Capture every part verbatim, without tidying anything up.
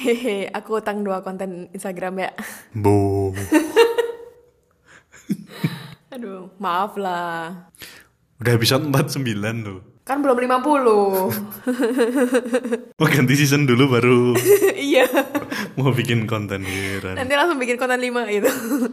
Hehe, aku utang dua konten Instagram ya. Bo. Aduh, maaf lah. Udah episode empat puluh sembilan loh. Kan belum lima puluh. Mau ganti season dulu baru Iya. mau bikin konten heran. Nanti langsung bikin konten lima gitu.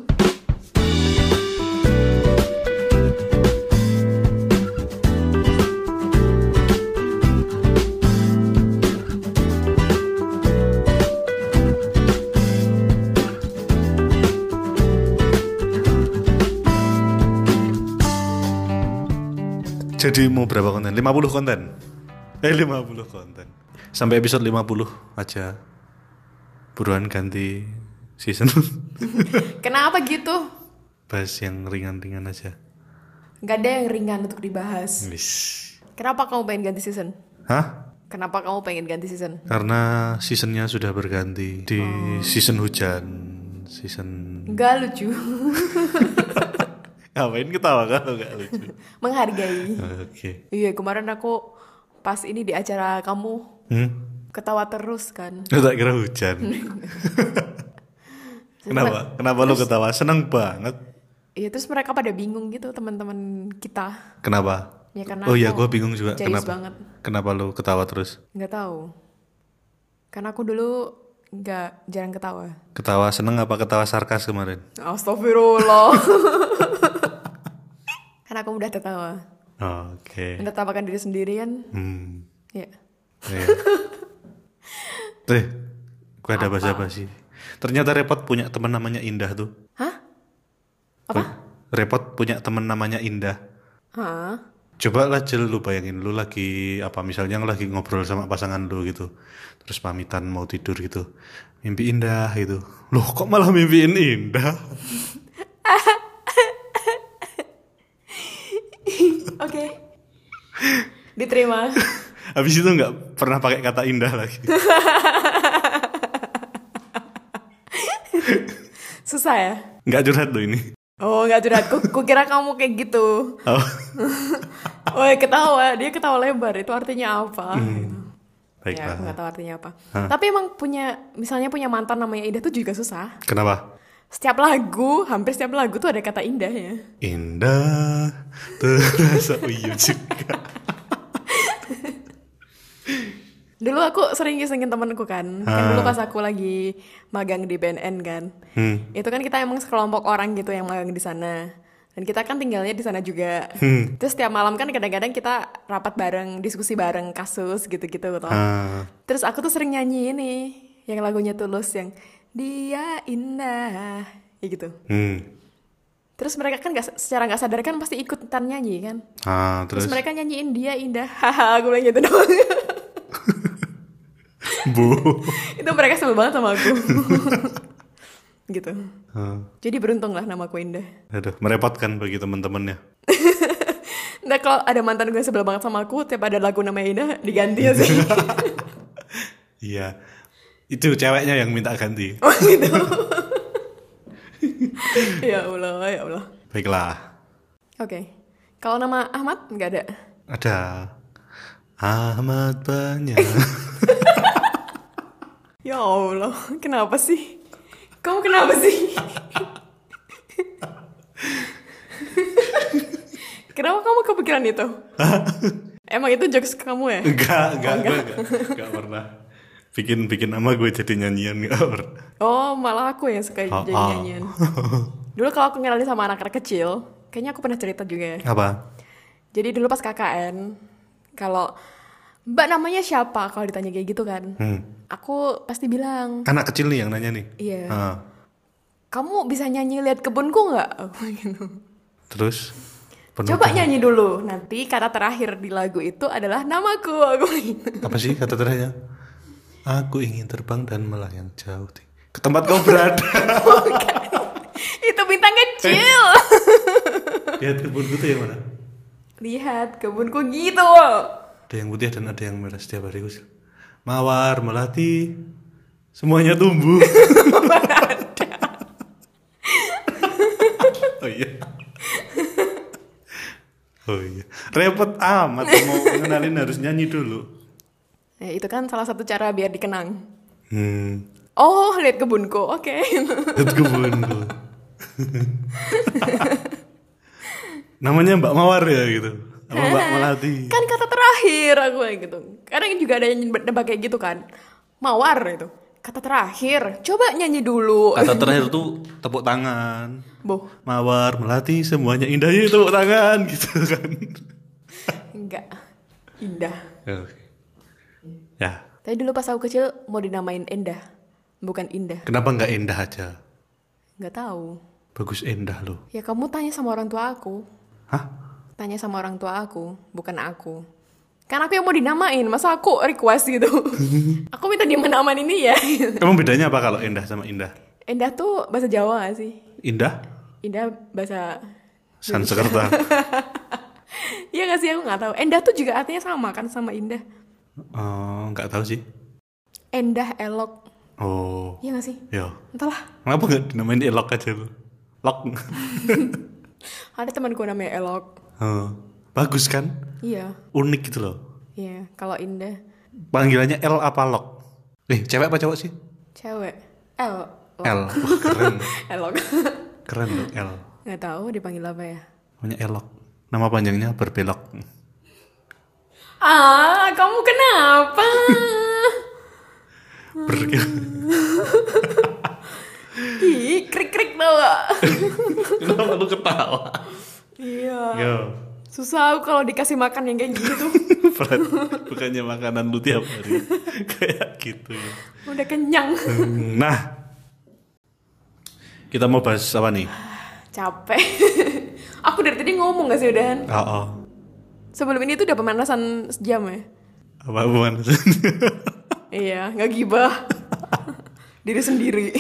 Jadi mau berapa konten? lima puluh konten. Eh lima puluh konten. Sampai episode lima puluh aja. Buruan ganti season. Kenapa gitu? Bahas yang ringan-ringan aja. Gak ada yang ringan untuk dibahas. Wish. Kenapa kamu pengen ganti season? Hah? Kenapa kamu pengen ganti season? Karena seasonnya sudah berganti di oh. season hujan, season. Gak lucu. Ngapain ketawa kalau gak lucu? Menghargai. Oke. Okay. Iya, kemarin aku pas ini di acara kamu hmm? ketawa terus kan. Lu tak kira hujan. Kenapa? Kenapa terus, lu ketawa? Seneng banget. Iya, terus mereka pada bingung gitu teman-teman kita. Kenapa? Ya karena oh iya, gue bingung juga. Kenapa? Banget. Kenapa lu ketawa terus? Nggak tahu. Karena aku dulu nggak jarang ketawa. Ketawa seneng apa ketawa sarkas kemarin? Astagfirullah. Karena aku mudah tertawa. Oh, oke. Okay. Menertawakan diri sendiri kan. Hmm. Ya. Yeah. Tuh, gue ada basa-basi. Ternyata Repot punya teman namanya Indah tuh. Hah? Apa? Repot punya teman namanya Indah. Hah? Coba lah Jel, lu bayangin lu lagi apa misalnya lagi ngobrol sama pasangan lu gitu. Terus pamitan mau tidur gitu. Mimpi indah gitu. Loh kok malah mimpiin indah? Oke, okay. Diterima. Habis itu nggak pernah pakai kata indah lagi. Susah ya? Nggak curhat loh ini. Oh nggak curhat, ku kira kamu kayak gitu. Oh. Oh ketawa, dia ketawa lebar, itu artinya apa? Hmm. Baiklah. Ya aku nggak tahu artinya apa. Hah? Tapi emang punya, misalnya punya mantan namanya Indah tuh juga susah. Kenapa? Setiap lagu, hampir setiap lagu tuh ada kata indahnya. Indah terasa uyut juga. Dulu aku sering isengin temenku kan. Ha. Kan dulu pas aku lagi magang di B N N kan. Hmm. Itu kan kita emang sekelompok orang gitu yang magang di sana. Dan kita kan tinggalnya di sana juga. Hmm. Terus tiap malam kan kadang-kadang kita rapat bareng, diskusi bareng kasus gitu-gitu gitu. Ha. Terus aku tuh sering nyanyi ini yang lagunya Tulus yang Dia Indah, ya gitu. Hmm. Terus mereka kan gak, secara nggak sadar kan pasti ikutan nyanyi kan. Ah, terus? terus mereka nyanyiin Dia Indah, haha, aku bilang gitu doang. Bu. Itu mereka sebel banget sama aku. Gitu. Ah. Jadi beruntung lah namaku Indah. Aduh, merepotkan bagi teman-temannya. Nah kalau ada mantan gue sebel banget sama aku, tiap ada lagu namanya Indah diganti ya sih. Iya. Itu ceweknya yang minta ganti. Oh gitu. Ya Allah, ya Allah. Baiklah. Oke. Okay. Kalau nama Ahmad nggak ada? Ada. Ahmad banyak. Ya Allah, kenapa sih? Kamu kenapa sih? Kenapa kamu kepikiran itu? Emang itu jokes kamu ya? Enggak, enggak, oh, enggak. enggak, enggak pernah. Bikin-bikin nama gue jadi nyanyian gak pernah. Oh, malah aku yang suka oh, jadi oh. nyanyian. Dulu kalau aku ngenalin sama anak-anak kecil, kayaknya aku pernah cerita juga ya. Apa? Jadi dulu pas K K N, kalau Mbak namanya siapa? Kalau ditanya kayak gitu kan, hmm. aku pasti bilang. Anak kecil nih yang nanya nih? Iya. Ah. Kamu bisa nyanyi Lihat Kebunku gak? Terus? Coba nyanyi dulu, nanti kata terakhir di lagu itu adalah namaku. Aku Apa sih kata terakhirnya? Aku ingin terbang dan melayang jauh ke tempat kau berada. Itu bintang kecil. Lihat kebunku tuh yang mana? Lihat kebunku gitu. Ada yang putih dan ada yang merah setiap hari. Mawar, melati, semuanya tumbuh. Oh iya. Oh iya. Repot amat mau mengenalin harus nyanyi dulu. Ya, itu kan salah satu cara biar dikenang. Hmm. Oh, lihat kebunku, oke. Lihat kebunku. Namanya Mbak Mawar ya gitu. Apa Mbak Melati? Kan kata terakhir aku kayak gitu. Kadang juga ada yang nebak kayak gitu kan. Mawar itu. Kata terakhir, coba nyanyi dulu. Kata terakhir tuh tepuk tangan. Boh, Mawar, Melati, semuanya indah ya tepuk tangan gitu kan. enggak. Indah. Oke. Ya. Tapi dulu pas aku kecil mau dinamain Endah, bukan Indah. Kenapa nggak Endah aja? Nggak tahu. Bagus Endah loh. Ya kamu tanya sama orang tua aku. Hah? Tanya sama orang tua aku, bukan aku. Kan aku yang mau dinamain, masa aku request gitu. Aku minta dia menamain ini ya. Emang bedanya apa kalau Endah sama Indah? Endah tuh bahasa Jawa gak sih? Indah? Indah bahasa Sansekerta. Iya gak sih, aku gak tahu. Endah tuh juga artinya sama kan sama indah. Oh, nggak tahu sih. Endah, elok. Oh. Iya gak sih? Ya. Entahlah. Kenapa nggak dinamain Elok aja lu? Lok. Ada temanku namanya Elok. Oh. Bagus kan? Iya. Unik gitu loh. Iya, kalau indah. Panggilannya L apa Lok? Eh, cewek apa cowok sih? Cewek. El. L. Wah, keren. Elok. Keren loh L. Gak tahu dipanggil apa ya. Namanya Elok. Nama panjangnya berbelok. Ah, kamu kenapa? Ber Ih, krik-krik tau gak? Kenapa lu ketawa? Iya. Yo. Susah aku kalau dikasih makan yang kayak gitu. Berat. Bukannya makanan lu tiap hari. Kayak gitu ya. Udah kenyang. Nah. Kita mau bahas apa nih? Capek. Aku dari tadi ngomong gak sih udahan? Oh, oh. Sebelum ini tuh udah pemanasan sejam ya? Apa hubungan? Iya, gak gibah. Diri sendiri.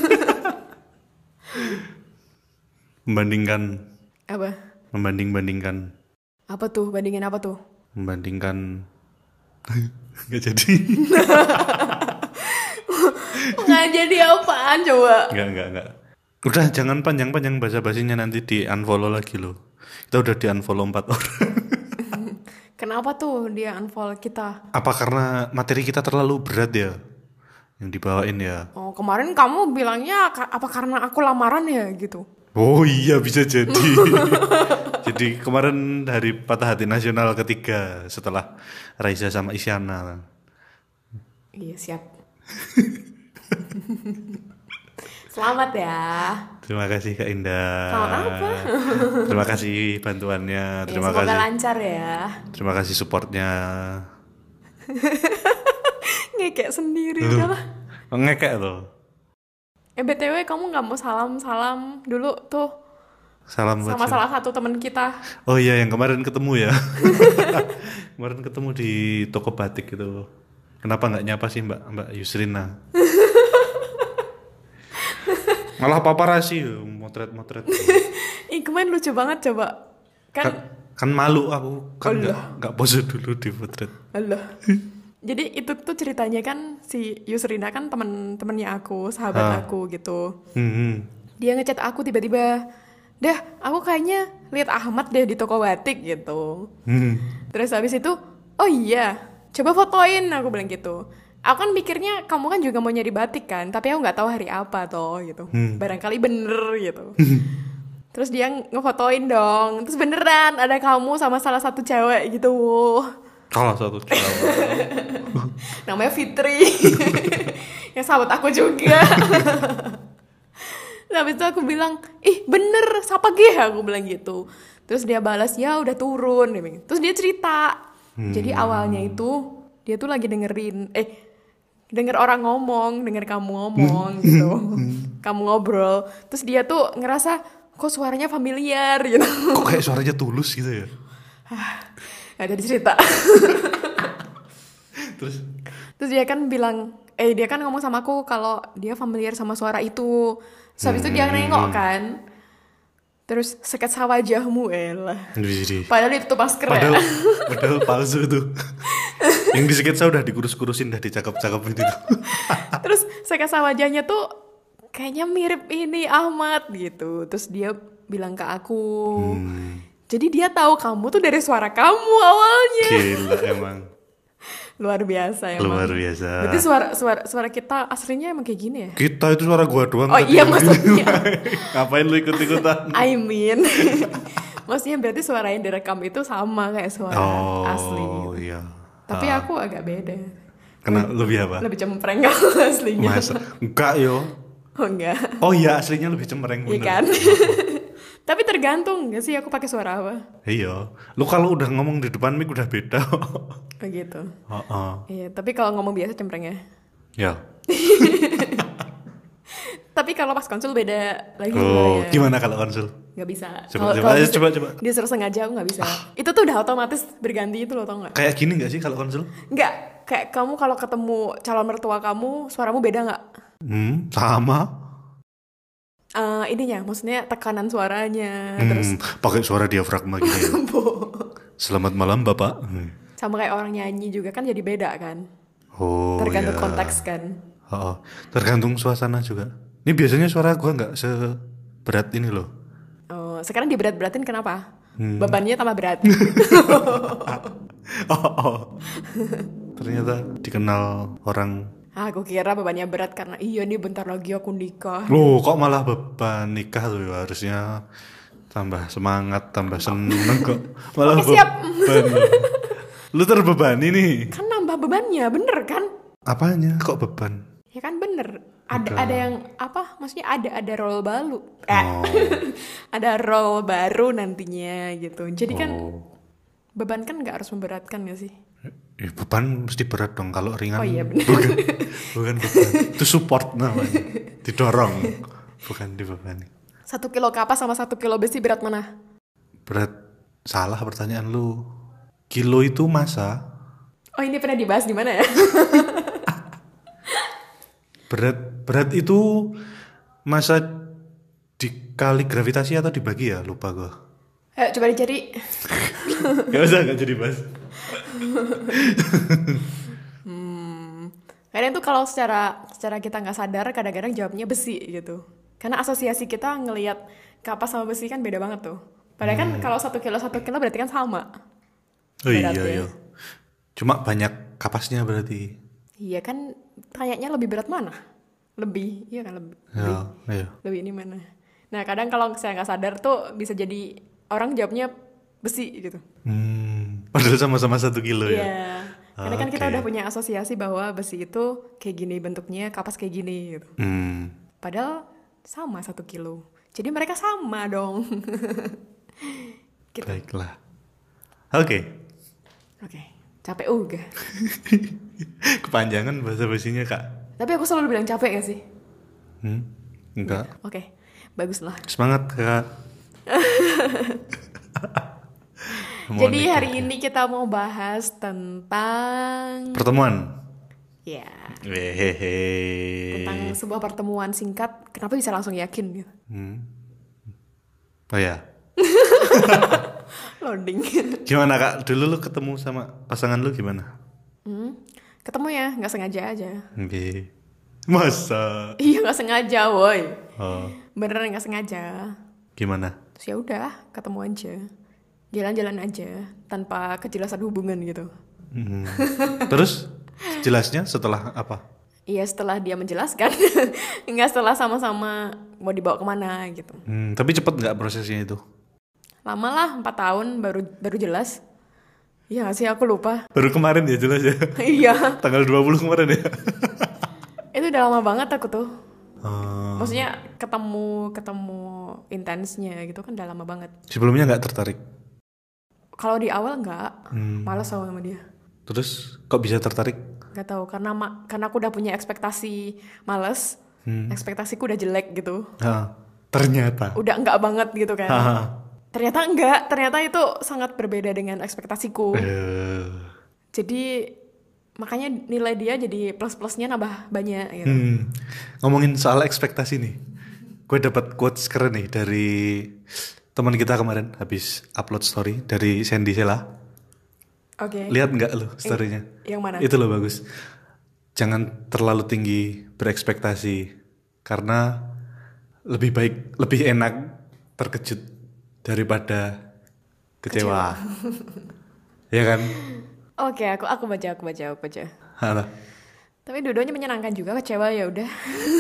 Membandingkan. Apa? Membanding-bandingkan. Apa tuh? Bandingin apa tuh? Membandingkan. Gak jadi. Gak jadi apaan coba? Enggak, enggak, enggak. Udah jangan panjang-panjang basa-basinya, nanti di unfollow lagi loh. Kita udah di unfollow empat orang. Kenapa tuh dia unfollow kita? Apa karena materi kita terlalu berat ya? Yang dibawain ya? Oh, kemarin kamu bilangnya ka- apa karena aku lamaran ya gitu? Oh iya, bisa jadi. Jadi kemarin hari patah hati nasional ketiga setelah Raisa sama Isyana. Iya, siap. Selamat ya. Terima kasih Kak Indah. Selamat apa? Terima kasih bantuannya. Terima ya, semoga kasih. lancar ya. Terima kasih supportnya. Ngekek sendiri Lu, udah lah. ngekek loh. Eh B T W kamu nggak mau salam-salam dulu tuh Salam buat sama siapa? salah satu teman kita. Oh iya, yang kemarin ketemu ya. Kemarin ketemu di toko batik gitu. Kenapa nggak nyapa sih Mbak Mbak Yusrina? Malah paparazzi, motret-motret. Ih, kemarin lucu banget coba. Kan, Kan, kan malu aku, kan Allah. nggak nggak pose dulu di potret. Allah. Jadi itu tuh ceritanya kan si Yusrina kan teman-temannya aku, sahabat Ah. aku gitu. Hmm. Dia ngechat aku tiba-tiba, "Dah, aku kayaknya lihat Ahmad deh di toko batik," gitu. Hmm. Terus habis itu, "Oh iya, coba fotoin," aku bilang gitu. Aku kan mikirnya kamu kan juga mau nyari batik kan, tapi aku nggak tahu hari apa toh gitu. Hmm. Barangkali bener gitu. Terus dia ngefotoin dong, terus beneran ada kamu sama salah satu cewek gitu. Salah satu cewek. Namanya Fitri. Yang sahabat aku juga. Nah, habis itu aku bilang, "Ih, bener, siapa Geh?" Aku bilang gitu. Terus dia balas, "Ya udah turun." Dia bilang. Terus dia cerita. Hmm. Jadi awalnya itu dia tuh lagi dengerin, eh denger orang ngomong, denger kamu ngomong gitu. Kamu ngobrol. Terus dia tuh ngerasa, kok suaranya familiar gitu. Kok kayak suaranya tulus gitu ya? Gak jadi cerita. Terus Terus dia kan bilang, eh dia kan ngomong sama aku kalau dia familiar sama suara itu. Terus habis itu dia nengok kan. Terus sketsa wajahmu elah. Widih. Padahal itu tuh masker Padahal, ya. padahal palsu tuh. Yang di sketsa udah dikurus-kurusin, udah dicakep-cakepin itu. Terus sketsa wajahnya tuh kayaknya mirip ini Ahmad gitu. Terus dia bilang ke aku. Hmm. Jadi dia tahu kamu tuh dari suara kamu awalnya. Gila emang. Luar biasa emang. Luar biasa. Berarti suara suara suara kita aslinya emang kayak gini ya? Kita itu suara gua doang. Oh tadi. iya maksudnya. Ngapain lu ikut-ikutan? I mean. Maksudnya berarti suara yang direkam itu sama kayak suara Oh, asli. Oh iya. Tapi Ah. aku agak beda. Kena lebih apa? Lebih cempreng kalau aslinya. Masa? Enggak yo. Oh enggak. Oh iya aslinya lebih cempreng Iya bener. kan? Tapi tergantung gak sih aku pakai suara apa? Iya. Lu kalau udah ngomong di depan mic udah beda. Oh gitu. Heeh. Iya, tapi kalau ngomong biasa cempreng ya. Ya. Tapi kalau pas konsul beda lagi Oh, sebenarnya. gimana kalau konsul? Gak bisa. Coba, Kalau- coba, kalau ayo, dis- coba, coba. Disuruh sengaja aku gak bisa. Itu tuh udah otomatis berganti itu loh, tau gak? Kayak gini gak sih kalau konsul? Enggak, kayak kamu kalau ketemu calon mertua kamu, suaramu beda gak? Hmm, sama. Eh, ininya, maksudnya tekanan suaranya, Hmm, terus pakai suara diafragma gitu ya. Selamat malam Bapak. Hmm. sama kayak orang nyanyi juga kan jadi beda kan? Oh, Tergantung ya. konteks kan? Oh, tergantung suasana juga. Ini biasanya suara gua nggak seberat ini loh. Oh, sekarang diberat-beratin kenapa? Hmm. Bebannya tambah berat. Oh, oh. Ternyata dikenal orang. Ah, aku kira bebannya berat karena iya nih bentar lagi aku nikah. Loh, kok malah beban nikah tuh ya? Harusnya tambah semangat, tambah seneng kok. Malah Oke, siap. beban. Lu terbebani nih. Kan nambah bebannya, bener kan? Apanya? Kok beban? Ya kan bener. Ada Udah. ada yang apa? Maksudnya ada ada role baru. Eh, Oh. ada role baru nantinya gitu. Jadi kan Oh. beban kan nggak harus memberatkan ya sih? Eh, beban mesti berat dong kalau ringan. Oh iya, bener. Bukan, bukan beban. Itu support namanya. Didorong, bukan dibebani. Satu kilo kapas sama satu kilo besi berat mana? Berat. Salah pertanyaan lu. Kilo itu massa. Oh ini pernah dibahas di mana ya? Berat berat itu massa dikali gravitasi atau dibagi ya? Lupa gua. Ayo coba dicari. Gak usah, gak jadi bahas. Kadang tuh kalau secara secara kita nggak sadar kadang-kadang jawabnya besi gitu. Karena asosiasi kita ngelihat kapas sama besi kan beda banget tuh. Padahal kan kalau satu kilo satu kilo berarti kan sama. Oh iya Beratnya. iya. Cuma banyak kapasnya berarti. Iya kan kayaknya lebih berat mana? Lebih, iya kan lebih. Ya, iya. Lebih ini mana? Nah kadang kalau saya nggak sadar tuh bisa jadi orang jawabnya besi gitu. Hmm, padahal sama-sama satu kilo Iya. ya. Karena kan kita Oke. udah punya asosiasi bahwa besi itu kayak gini bentuknya, kapas kayak gini gitu. Hmm. Padahal sama satu kilo. Jadi mereka sama dong. Gitu. Baiklah. Oke. Oke, capek juga. Kepanjangan bahasa basinya kak. Tapi aku selalu bilang capek gak sih? Hmm? Enggak. Oke, baguslah. Semangat kak. Jadi hari ini kita mau bahas tentang Pertemuan. ya Hehehe. tentang sebuah pertemuan singkat. Kenapa bisa langsung yakin gitu? Hmm. Oh ya. Loading. Gimana kak? Dulu lu ketemu sama pasangan lu gimana? Hmm, ketemu ya, nggak sengaja aja. Oke. Masa? Iya nggak sengaja, woi. Oh. Beneran nggak sengaja. Gimana? Terus ya udah, ketemu aja, jalan-jalan aja, tanpa kejelasan hubungan gitu. Hmm. Terus jelasnya setelah apa? Iya setelah dia menjelaskan, nggak setelah sama-sama mau dibawa kemana gitu. Hmm, tapi cepet nggak prosesnya itu? Lama lah, empat tahun baru baru jelas. Iya nggak sih, aku lupa. Baru kemarin ya jelas ya. Iya, Tanggal dua puluh kemarin ya. itu udah lama banget aku tuh. Oh. Maksudnya ketemu ketemu intensnya gitu kan udah lama banget. Sebelumnya nggak tertarik. Kalau di awal nggak, Hmm. malas sama sama dia. Terus kok bisa tertarik? Gak tahu karena ma- karena aku udah punya ekspektasi males, Hmm. ekspektasiku udah jelek gitu. Ah, ternyata. Udah enggak banget gitu kan. Haha. Ternyata enggak, ternyata itu sangat berbeda dengan ekspektasiku. Eh, Jadi makanya nilai dia jadi plus-plusnya nambah banyak gitu. hmm. Ngomongin soal ekspektasi nih, gue dapat quotes keren nih dari teman kita kemarin habis upload story dari Sandy Sela. Oke. Lihat nggak lo storynya? Yang mana? Itu loh bagus. Jangan terlalu tinggi berekspektasi karena lebih baik, lebih enak terkejut daripada kecewa. Ya kan? Oke, aku aku baca, aku baca, aku baca. Alah. Tapi dua-duanya menyenangkan juga, kecewa ya udah.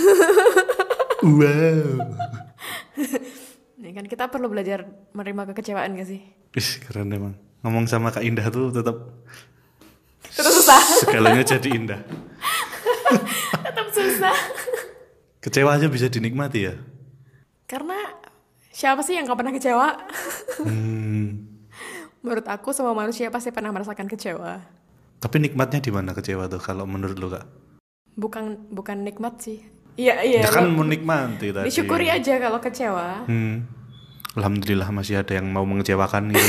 Wow. Nih kan kita perlu belajar menerima kekecewaan gak sih? Ih, keren emang. Ngomong sama Kak Indah tuh tetap Tetap susah. segalanya jadi indah. Tetap susah. Kecewa aja bisa dinikmati ya. Karena siapa sih yang gak pernah kecewa? Hmm. Menurut aku semua manusia pasti pernah merasakan kecewa. Tapi nikmatnya di mana kecewa tuh kalau menurut lu, Kak? Bukan bukan nikmat sih. Iya iya. Ya kan lo- menikmati tadi. Disyukuri aja kalau kecewa. Hmm. Alhamdulillah masih ada yang mau mengecewakan gitu.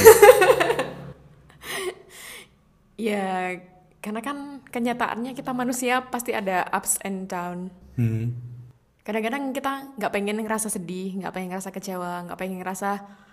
Ya karena kan kenyataannya kita manusia pasti ada ups and down. Hmm. Kadang-kadang kita nggak pengen ngerasa sedih, nggak pengen ngerasa kecewa, nggak pengen ngerasa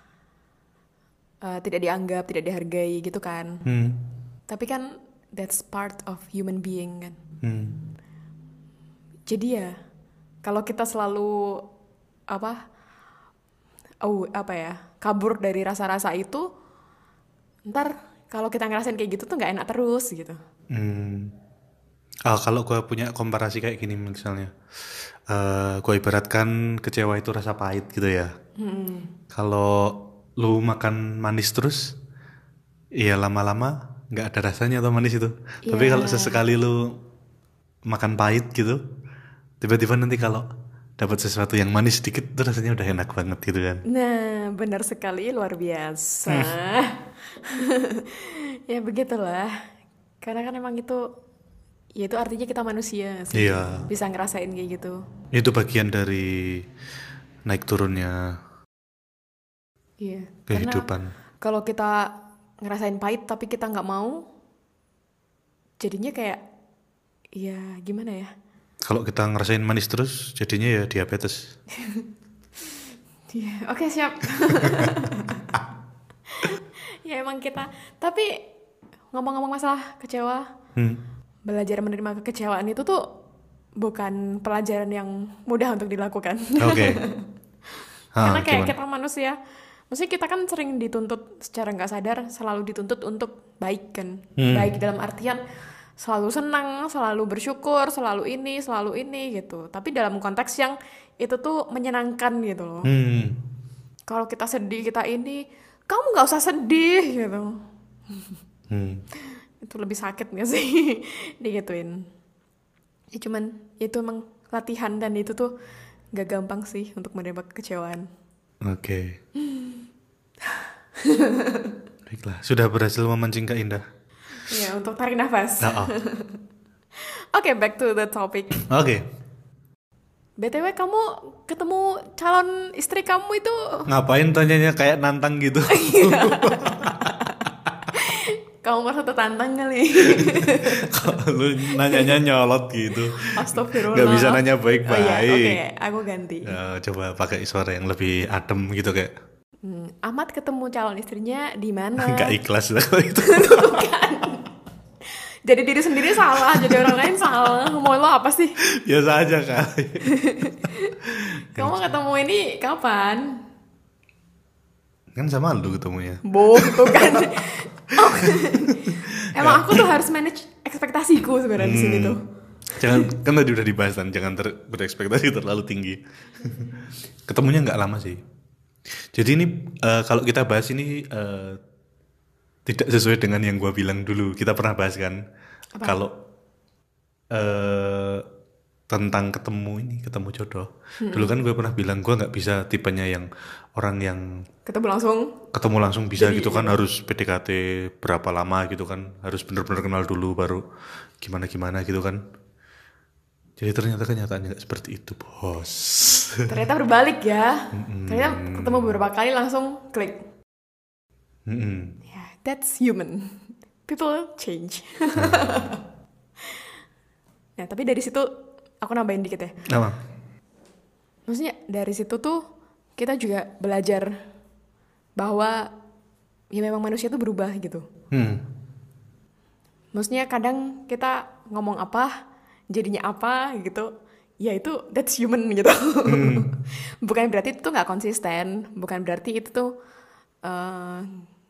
uh, tidak dianggap, tidak dihargai gitu kan. Hmm. Tapi kan that's part of human being kan. Hmm. Jadi ya kalau kita selalu apa oh apa ya kabur dari rasa-rasa itu, ntar kalau kita ngerasain kayak gitu tuh nggak enak terus gitu. Hmm. Ah, kalau gue punya komparasi kayak gini misalnya, uh, gue ibaratkan kecewa itu rasa pahit gitu ya. Hmm. Kalau lu makan manis terus, ya lama-lama nggak ada rasanya atau manis itu. Tapi Iya. kalau sesekali lu makan pahit gitu, tiba-tiba nanti kalau dapat sesuatu yang manis sedikit, itu rasanya udah enak banget gitu kan. Nah, benar sekali, luar biasa. Ya begitulah. Karena kan emang itu, ya itu artinya kita manusia sih. Iya. Bisa ngerasain kayak gitu. Itu bagian dari naik turunnya Iya. Karena kehidupan. kalau kita ngerasain pahit tapi kita nggak mau, jadinya kayak, ya gimana ya? Kalau kita ngerasain manis terus, jadinya ya diabetes. Iya, oke siap. Ya emang kita, tapi ngomong-ngomong masalah kecewa, Hmm. belajar menerima kekecewaan itu tuh bukan pelajaran yang mudah untuk dilakukan. Oke. Ah, Karena kayak gimana? kita manusia, maksudnya kita kan sering dituntut secara nggak sadar, selalu dituntut untuk baik kan. Hmm. Baik dalam artian selalu senang, selalu bersyukur, selalu ini, selalu ini gitu. Tapi dalam konteks yang itu tuh menyenangkan gitu loh. Hmm. Kalau kita sedih, kita ini, kamu nggak usah sedih gitu. Hmm. Itu lebih sakit gak sih digituin. Ya cuman itu emang latihan dan itu tuh gak gampang sih untuk menerima kekecewaan. Oke. Baiklah, sudah berhasil memancing Kak Indah. Ya untuk tarik nafas. Ah, ah. Oke, back to the topic. Oke. B T W kamu ketemu calon istri kamu itu Ngapain tanyanya kayak nantang gitu? kamu merasa tertantang kali. Kalau nanyanya nyolot gitu. Astagfirullah. Nggak bisa nanya Oh iya, baik-baik. oke, aku ganti. Ya, coba pakai suara yang lebih adem gitu kayak Hmm, Ahmad ketemu calon istrinya di mana? nggak ikhlas lah kalau itu. Jadi diri sendiri salah, jadi orang lain salah. Mau lo apa sih? Biasa aja kali. Kamu ketemu ini kapan? Kan sama lu ketemunya. Boh, tuh kan. Oh. Emang aku tuh harus manage ekspektasiku sebenarnya di sini tuh. Jangan, kan tadi udah dibahas kan, jangan ter, berekspektasi terlalu tinggi. Ketemunya nggak lama sih. Jadi ini eh, kalau kita bahas ini eh, tidak sesuai dengan yang gua bilang dulu. Kita pernah bahas kan, Apa? kalau eh, tentang ketemu ini, ketemu jodoh. Dulu kan gue pernah bilang gue nggak bisa tipenya yang orang yang Ketemu langsung. ketemu langsung bisa Jadi, gitu kan, harus P D K T berapa lama gitu kan, harus bener-bener kenal dulu baru gimana-gimana gitu kan. Jadi ternyata kenyataannya nggak seperti itu, bos. Ternyata berbalik ya. Ternyata ketemu beberapa kali langsung klik. Mm-mm. Ya, that's human. People change. Nah, tapi dari situ aku nambahin dikit ya. Apa? Maksudnya dari situ tuh kita juga belajar bahwa ya memang manusia tuh berubah gitu. Hmm. Maksudnya kadang kita ngomong apa, jadinya apa gitu. Ya itu that's human gitu. Hmm. Bukan berarti itu tuh nggak konsisten, bukan berarti itu tuh uh,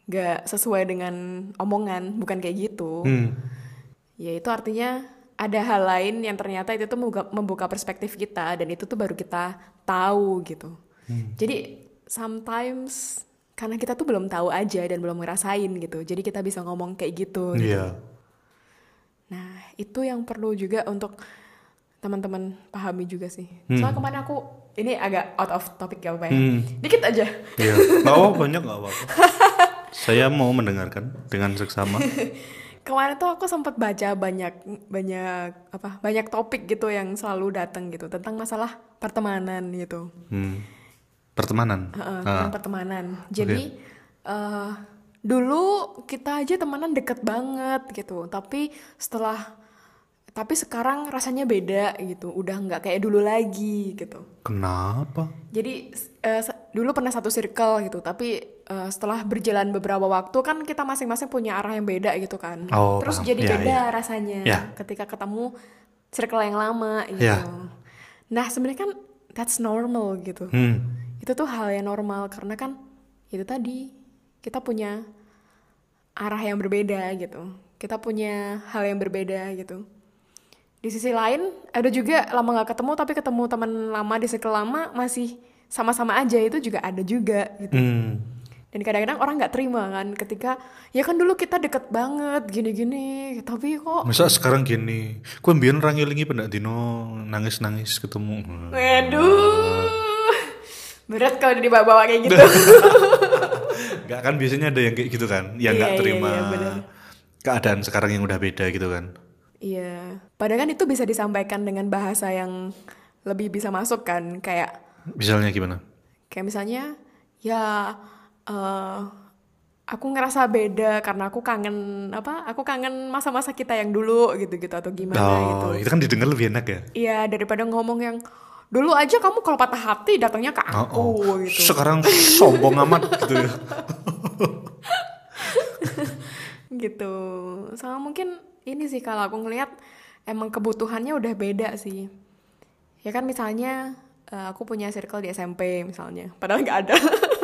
nggak sesuai dengan omongan, bukan kayak gitu. Hmm. Ya itu artinya ada hal lain yang ternyata itu tuh membuka, membuka perspektif kita, dan itu tuh baru kita tahu gitu. Hmm. Jadi sometimes karena kita tuh belum tahu aja dan belum ngerasain gitu, jadi kita bisa ngomong kayak gitu. Gitu. Yeah. Nah itu yang perlu juga untuk teman-teman pahami juga sih. Hmm. Soalnya kemarin aku, ini agak out of topic gak apa-apa ya, Hmm. dikit aja. Iya, nggak apa banyak nggak apa-apa. Saya mau mendengarkan dengan seksama. Kemarin tuh aku sempat baca banyak banyak apa banyak topik gitu yang selalu datang gitu tentang masalah pertemanan gitu. Hmm. Pertemanan. Uh, ah. Tentang pertemanan. Jadi okay. uh, dulu kita aja temenan deket banget gitu, tapi setelah tapi sekarang rasanya beda gitu, udah nggak kayak dulu lagi gitu. Kenapa? Jadi uh, dulu pernah satu circle gitu, tapi uh, setelah berjalan beberapa waktu kan kita masing-masing punya arah yang beda gitu kan. Oh, terus paham. jadi ya, beda ya. rasanya ya. ketika ketemu circle yang lama gitu. Ya. Nah sebenarnya kan that's normal gitu. Hmm. Itu tuh hal yang normal karena kan itu tadi kita punya arah yang berbeda gitu. Kita punya hal yang berbeda gitu. Di sisi lain ada juga lama gak ketemu tapi ketemu teman lama di circle lama masih sama-sama aja, itu juga ada juga gitu. Hmm. Dan kadang-kadang orang gak terima kan ketika ya kan dulu kita deket banget gini-gini tapi kok masa sekarang gini, gue mbiyen ra ngelingi pendak dino nangis-nangis ketemu. Waduh, berat kalau dibawa-bawa kayak gitu. Gak kan biasanya ada yang kayak gitu kan, yang yeah, gak terima yeah, yeah, keadaan sekarang yang udah beda gitu kan. Iya, padahal kan itu bisa disampaikan dengan bahasa yang lebih bisa masuk kan, kayak misalnya gimana? Kayak misalnya, ya uh, aku ngerasa beda karena aku kangen apa? Aku kangen masa-masa kita yang dulu gitu-gitu atau gimana oh, gitu. Itu kan didengar lebih enak ya? Iya, daripada ngomong yang dulu aja kamu kalau patah hati datangnya ke aku oh, oh. gitu. Sekarang sombong amat gitu ya. Gitu. Sama mungkin ini sih kalau aku ngelihat emang kebutuhannya udah beda sih. Ya kan misalnya uh, aku punya circle di S M P misalnya, padahal nggak ada.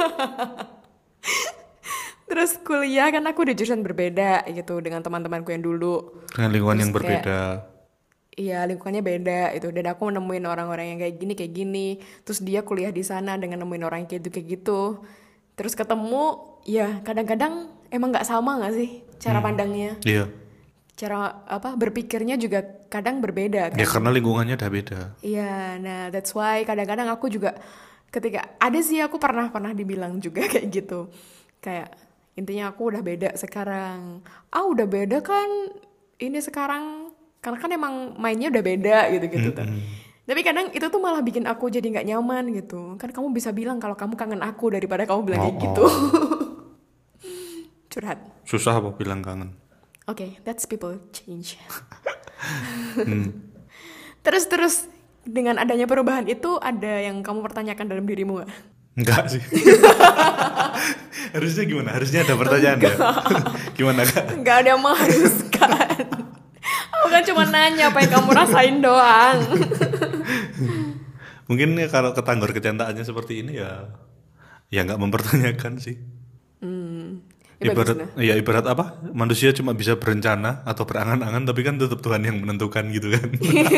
Terus kuliah kan aku di jurusan berbeda gitu dengan teman-temanku yang dulu. Dengan lingkungan Terus yang berbeda. Kayak, iya lingkungannya beda itu, dan aku nemuin orang-orang yang kayak gini kayak gini. Terus dia kuliah di sana dengan nemuin orang yang kayak gitu kayak gitu. Terus ketemu, ya kadang-kadang emang nggak sama nggak sih cara hmm. pandangnya? Iya. Cara apa berpikirnya juga kadang berbeda kan? Ya karena lingkungannya udah beda. Iya, nah that's why kadang-kadang aku juga ketika ada sih aku pernah pernah dibilang juga kayak gitu, kayak intinya aku udah beda sekarang. Ah udah beda kan ini sekarang karena kan emang mainnya udah beda gitu-gitu. Mm-hmm. Tapi kadang itu tuh malah bikin aku jadi nggak nyaman gitu. Kan kamu bisa bilang kalau kamu kangen aku daripada kamu bilang oh, kayak gitu. Oh. Curhat. Susah apa bilang kangen? Oke, okay, that's people change. hmm. Terus terus dengan adanya perubahan itu ada yang kamu pertanyakan dalam dirimu gak? Enggak sih. Harusnya gimana? Harusnya ada pertanyaan ya. Gimana Kak? Enggak ada yang mengharuskan. Aku kan cuma nanya apa yang kamu rasain doang. Mungkin ya kalau ketanggor kecintaannya seperti ini ya, ya nggak mempertanyakan sih. Hmm. Ibarat, ya ibarat apa? Manusia cuma bisa berencana atau berangan-angan, tapi kan tetap Tuhan yang menentukan gitu kan.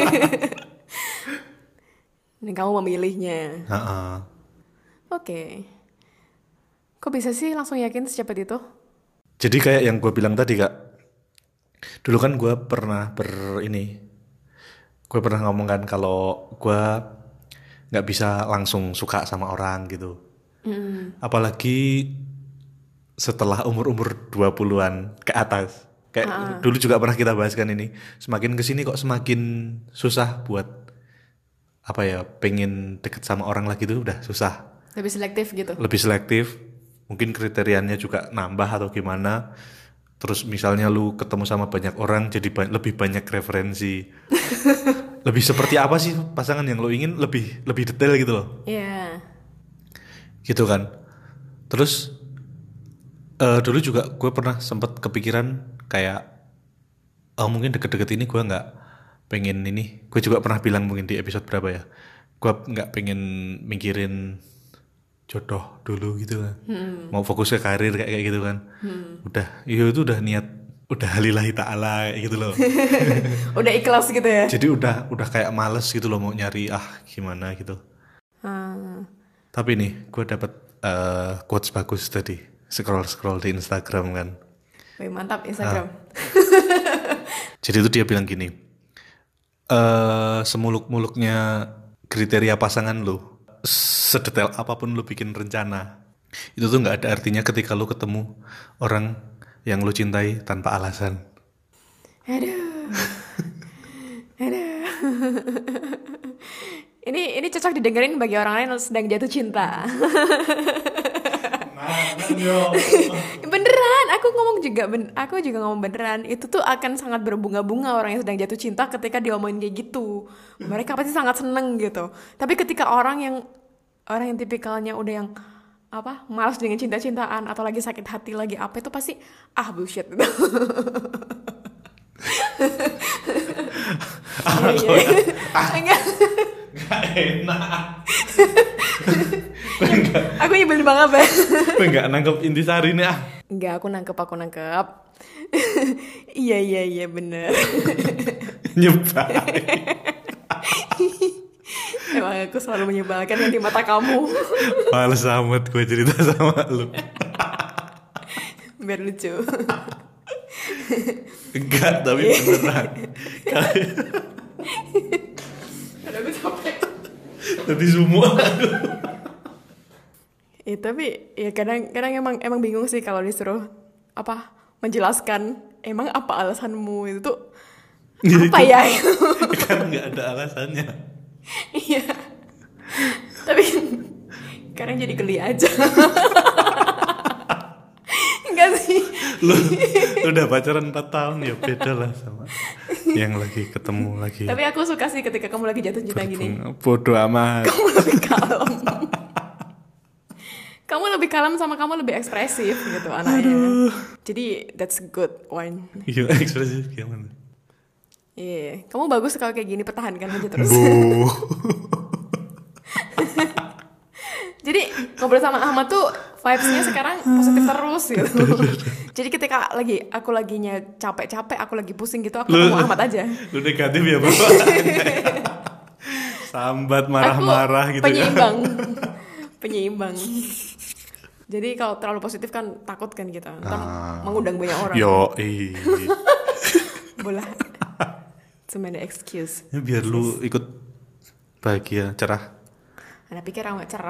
Dan kamu memilihnya. Ha-ha. Oke. Kok bisa sih langsung yakin secepat itu? Jadi kayak yang gue bilang tadi Kak. Dulu kan gue pernah ber ini, gue pernah ngomong kan kalau gue nggak bisa langsung suka sama orang gitu. Mm. Apalagi setelah umur-umur dua puluhan ke atas. Kayak uh-uh. dulu juga pernah kita bahas kan ini. Semakin kesini kok semakin susah buat apa ya, pengen deket sama orang lagi tuh udah susah. Lebih selektif gitu. Lebih selektif. Mungkin kriterianya juga nambah atau gimana. Terus misalnya lu ketemu sama banyak orang jadi ba- lebih banyak referensi. Lebih seperti apa sih pasangan yang lu ingin, lebih lebih detail gitu loh. Iya. Yeah. Gitu kan. Terus Uh, dulu juga gue pernah sempat kepikiran kayak oh mungkin deket-deket ini gue nggak pengen ini. Gue juga pernah bilang mungkin di episode berapa ya, gue nggak pengen mikirin jodoh dulu gitu kan. Hmm. Mau fokus ke karir kayak kayak gitu kan. Hmm. Udah, iya itu udah niat, udah lillahi ta'ala kayak gitu loh. Udah ikhlas gitu ya. Jadi udah udah kayak males gitu loh mau nyari ah gimana gitu. Hmm. Tapi nih, gue dapet uh, quotes bagus tadi. Scroll-scroll di Instagram kan. Wih, mantap Instagram. Ah. Jadi itu dia bilang gini, uh, semuluk-muluknya kriteria pasangan lo, sedetail apapun lo bikin rencana, itu tuh nggak ada artinya ketika lo ketemu orang yang lo cintai tanpa alasan. Aduh, aduh. ini ini cocok didengerin bagi orang lain yang sedang jatuh cinta. Beneran, aku ngomong juga ben, aku juga ngomong beneran. Itu tuh akan sangat berbunga-bunga orang yang sedang jatuh cinta ketika diomongin kayak gitu. Mereka pasti sangat seneng gitu. Tapi ketika orang yang orang yang tipikalnya udah yang apa malas dengan cinta-cintaan atau lagi sakit hati lagi apa itu pasti ah bullshit gitu. Ah, iya, iya. Ah, enggak enak. Enggak. Aku nyebelin banget ya. Gue enggak nangkep intisari nih ah. Enggak, aku nangkep, aku nangkep. Iya, iya, iya, bener. Nyebalin. Emang aku selalu menyebalkan yang di mata kamu. Males amat gue cerita sama lu. Biar lucu. Enggak, tapi beneran. Aduh, aku capek. Tadi semua. Ya, tapi ya kadang kadang emang emang bingung sih kalau disuruh apa menjelaskan emang apa alasanmu itu tuh apa ya? Kan nggak ada alasannya. Iya. Tapi kadang jadi geli aja. Enggak sih. Lu, lu udah pacaran empat tahun ya beda lah sama yang lagi ketemu lagi. Tapi aku suka sih ketika kamu lagi jatuh cinta gini. Bodoh amat. Kamu lebih kalem. Kamu lebih kalem sama kamu lebih ekspresif gitu anaknya. Aduh. Jadi that's good one. Iya ekspresif gimana? Iya, yeah. Kamu bagus kalau kayak gini, pertahankan aja terus. Jadi ngobrol sama Ahmad tuh vibes-nya sekarang positif terus gitu. Jadi ketika lagi aku laginya capek-capek, aku lagi pusing gitu, aku ketemu Ahmad aja. Lu negatif ya Bapak? Sambat marah-marah gitu penyeimbang. ya. Penyeimbang. Jadi kalau terlalu positif kan takut kan gitu. Entah ah. mengundang banyak orang. Yo, ih. Bola. Cuma ada excuse. Ya, biar excuse. Lu ikut bahagia, cerah. Anda pikir amat cerah.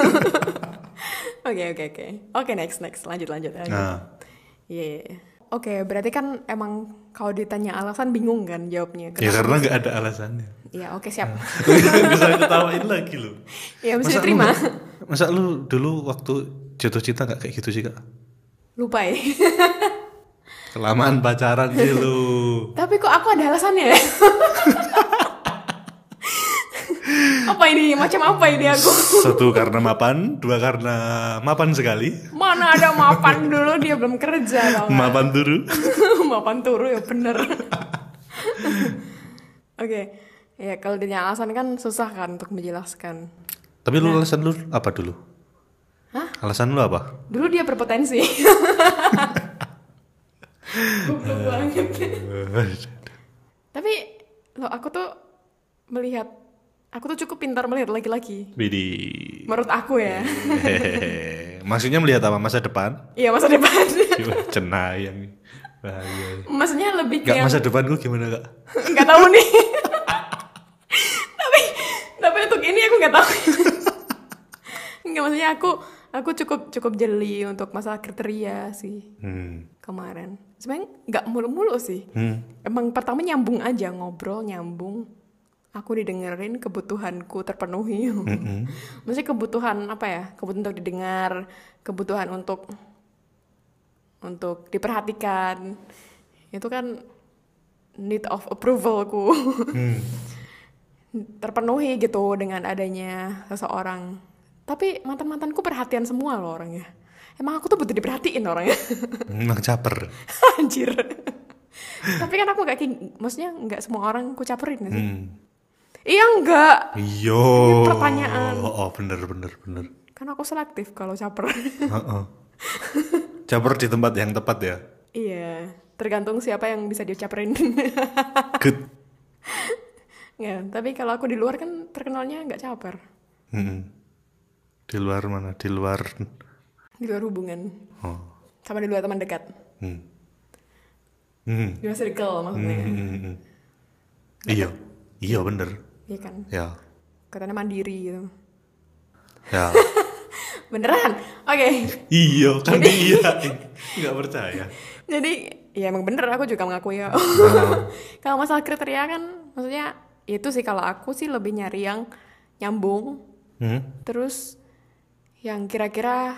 Oke oke oke. Oke next next lanjut lanjut. Iya. Nah. Yeah. Oke okay, berarti kan emang kalau ditanya alasan bingung kan jawabnya. Kenapa ya karena nggak ada alasannya. Iya oke okay, siap. Bisa ketawain lagi lu. Ya mesti diterima. Lu, masa lu dulu waktu jatuh cinta nggak kayak gitu sih kak? Lupa ya. Kelamaan pacaran sih lu. Tapi kok aku ada alasannya? Apa ini? Macam apa ini aku? Satu karena mapan, dua karena mapan sekali. Mana ada mapan dulu, dia belum kerja tau gak? Mapan turu. Mapan turu ya bener. Oke, okay. Ya kalau ditanya alasan kan susah kan untuk menjelaskan. Tapi lu nah. alasan lu apa dulu? Hah? Alasan lu apa? Dulu dia berpotensi. Goblok banget. Tapi lo aku tuh melihat, aku tuh cukup pintar melihat laki-laki. Bidi. Menurut aku ya. Maksudnya melihat apa? Masa depan? Iya masa depan. Cenayang. Bahaya. Maksudnya lebih kayak. Gak yang... masa depan gue gimana kak? Gak tahu nih. tapi tapi untuk ini aku gak tahu. Enggak maksudnya aku aku cukup cukup jeli untuk masalah kriteria sih. Hmm. Kemarin. Sebenarnya nggak mulu-mulu sih. Hmm. Emang pertama nyambung aja, ngobrol nyambung. Aku didengerin, kebutuhanku terpenuhi. Mm-hmm. Maksudnya kebutuhan apa ya? Kebutuhan untuk didengar, kebutuhan untuk untuk diperhatikan. Itu kan need of approvalku. Hmm. Terpenuhi gitu dengan adanya seseorang. Tapi mantan-mantanku perhatian semua loh orangnya. Emang aku tuh butuh diperhatiin orangnya. Emang caper. Anjir. Tapi kan aku gak kayak, maksudnya gak semua orang aku caperin sih. Hmm. Iya enggak. Iya. Ini pertanyaan. Oh, oh bener bener bener. Kan aku selektif kalau caper. Heeh. Caper di tempat yang tepat ya. Iya, tergantung siapa yang bisa dicaperin. Good. Ya, tapi kalau aku di luar kan terkenalnya nggak caper. Hmm. Di luar mana? Di luar. Di luar hubungan. Oh. Sama di luar teman dekat. Hmm. Hmm. Di luar circle maksudnya. Hmm, hmm, hmm. Iya, iya bener. Iya kan? Ya, Katanya mandiri gitu. ya. Beneran? Oke. Iya, kan iya. Nggak percaya. Jadi, ya emang bener aku juga mengakui ya. Kalau masalah kriteria kan, maksudnya itu sih kalau aku sih lebih nyari yang nyambung. Hmm? Terus yang kira-kira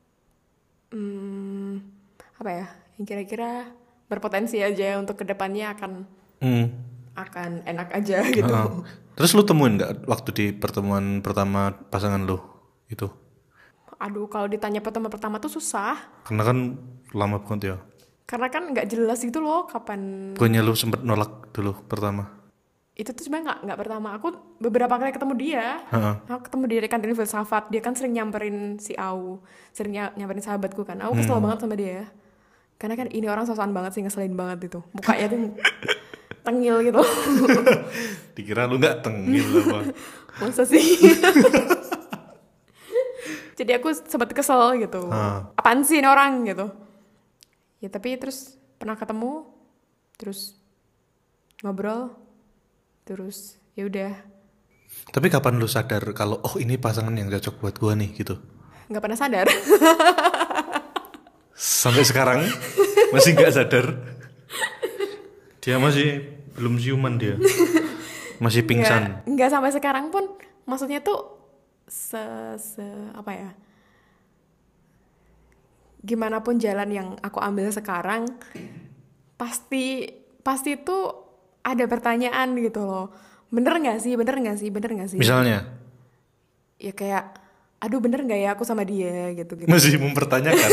hmm, apa ya? Yang kira-kira berpotensi aja untuk kedepannya akan Hmm. akan enak aja gitu. Ah. Terus lu temuin nggak waktu di pertemuan pertama pasangan lu itu? Aduh, kalau ditanya pertama-pertama tuh susah. Karena kan lama banget ya. Karena kan nggak jelas gitu loh kapan. Bukannya lu sempet nolak dulu pertama? Itu tuh sebenarnya nggak nggak pertama. Aku beberapa kali ketemu dia. Heeh. Aku ketemu dia di kantin filsafat. Dia kan sering nyamperin si Au, sering ny- nyamperin sahabatku kan. Aku kesel banget sama dia. Karena kan ini orang sosokan banget sih, ngeselin banget itu. Mukanya tuh tengil gitu. Dikira lu nggak tengil apa? Masa sih? Jadi aku sempat kesel gitu. Ah. Apaan sih ini orang gitu. Ya tapi terus pernah ketemu, terus ngobrol, terus ya udah. Tapi kapan lu sadar kalau oh ini pasangan yang cocok buat gua nih gitu? Nggak pernah sadar. Sampai sekarang masih nggak sadar. Dia masih belum siuman dia. Masih pingsan. Nggak, nggak sampai sekarang pun. Maksudnya tuh se, se apa ya? Gimana pun jalan yang aku ambil sekarang, pasti pasti tuh ada pertanyaan gitu loh. Bener nggak sih? Bener nggak sih? Bener nggak sih? Misalnya Ya kayak, aduh bener nggak ya aku sama dia gitu gitu. masih mempertanyakan.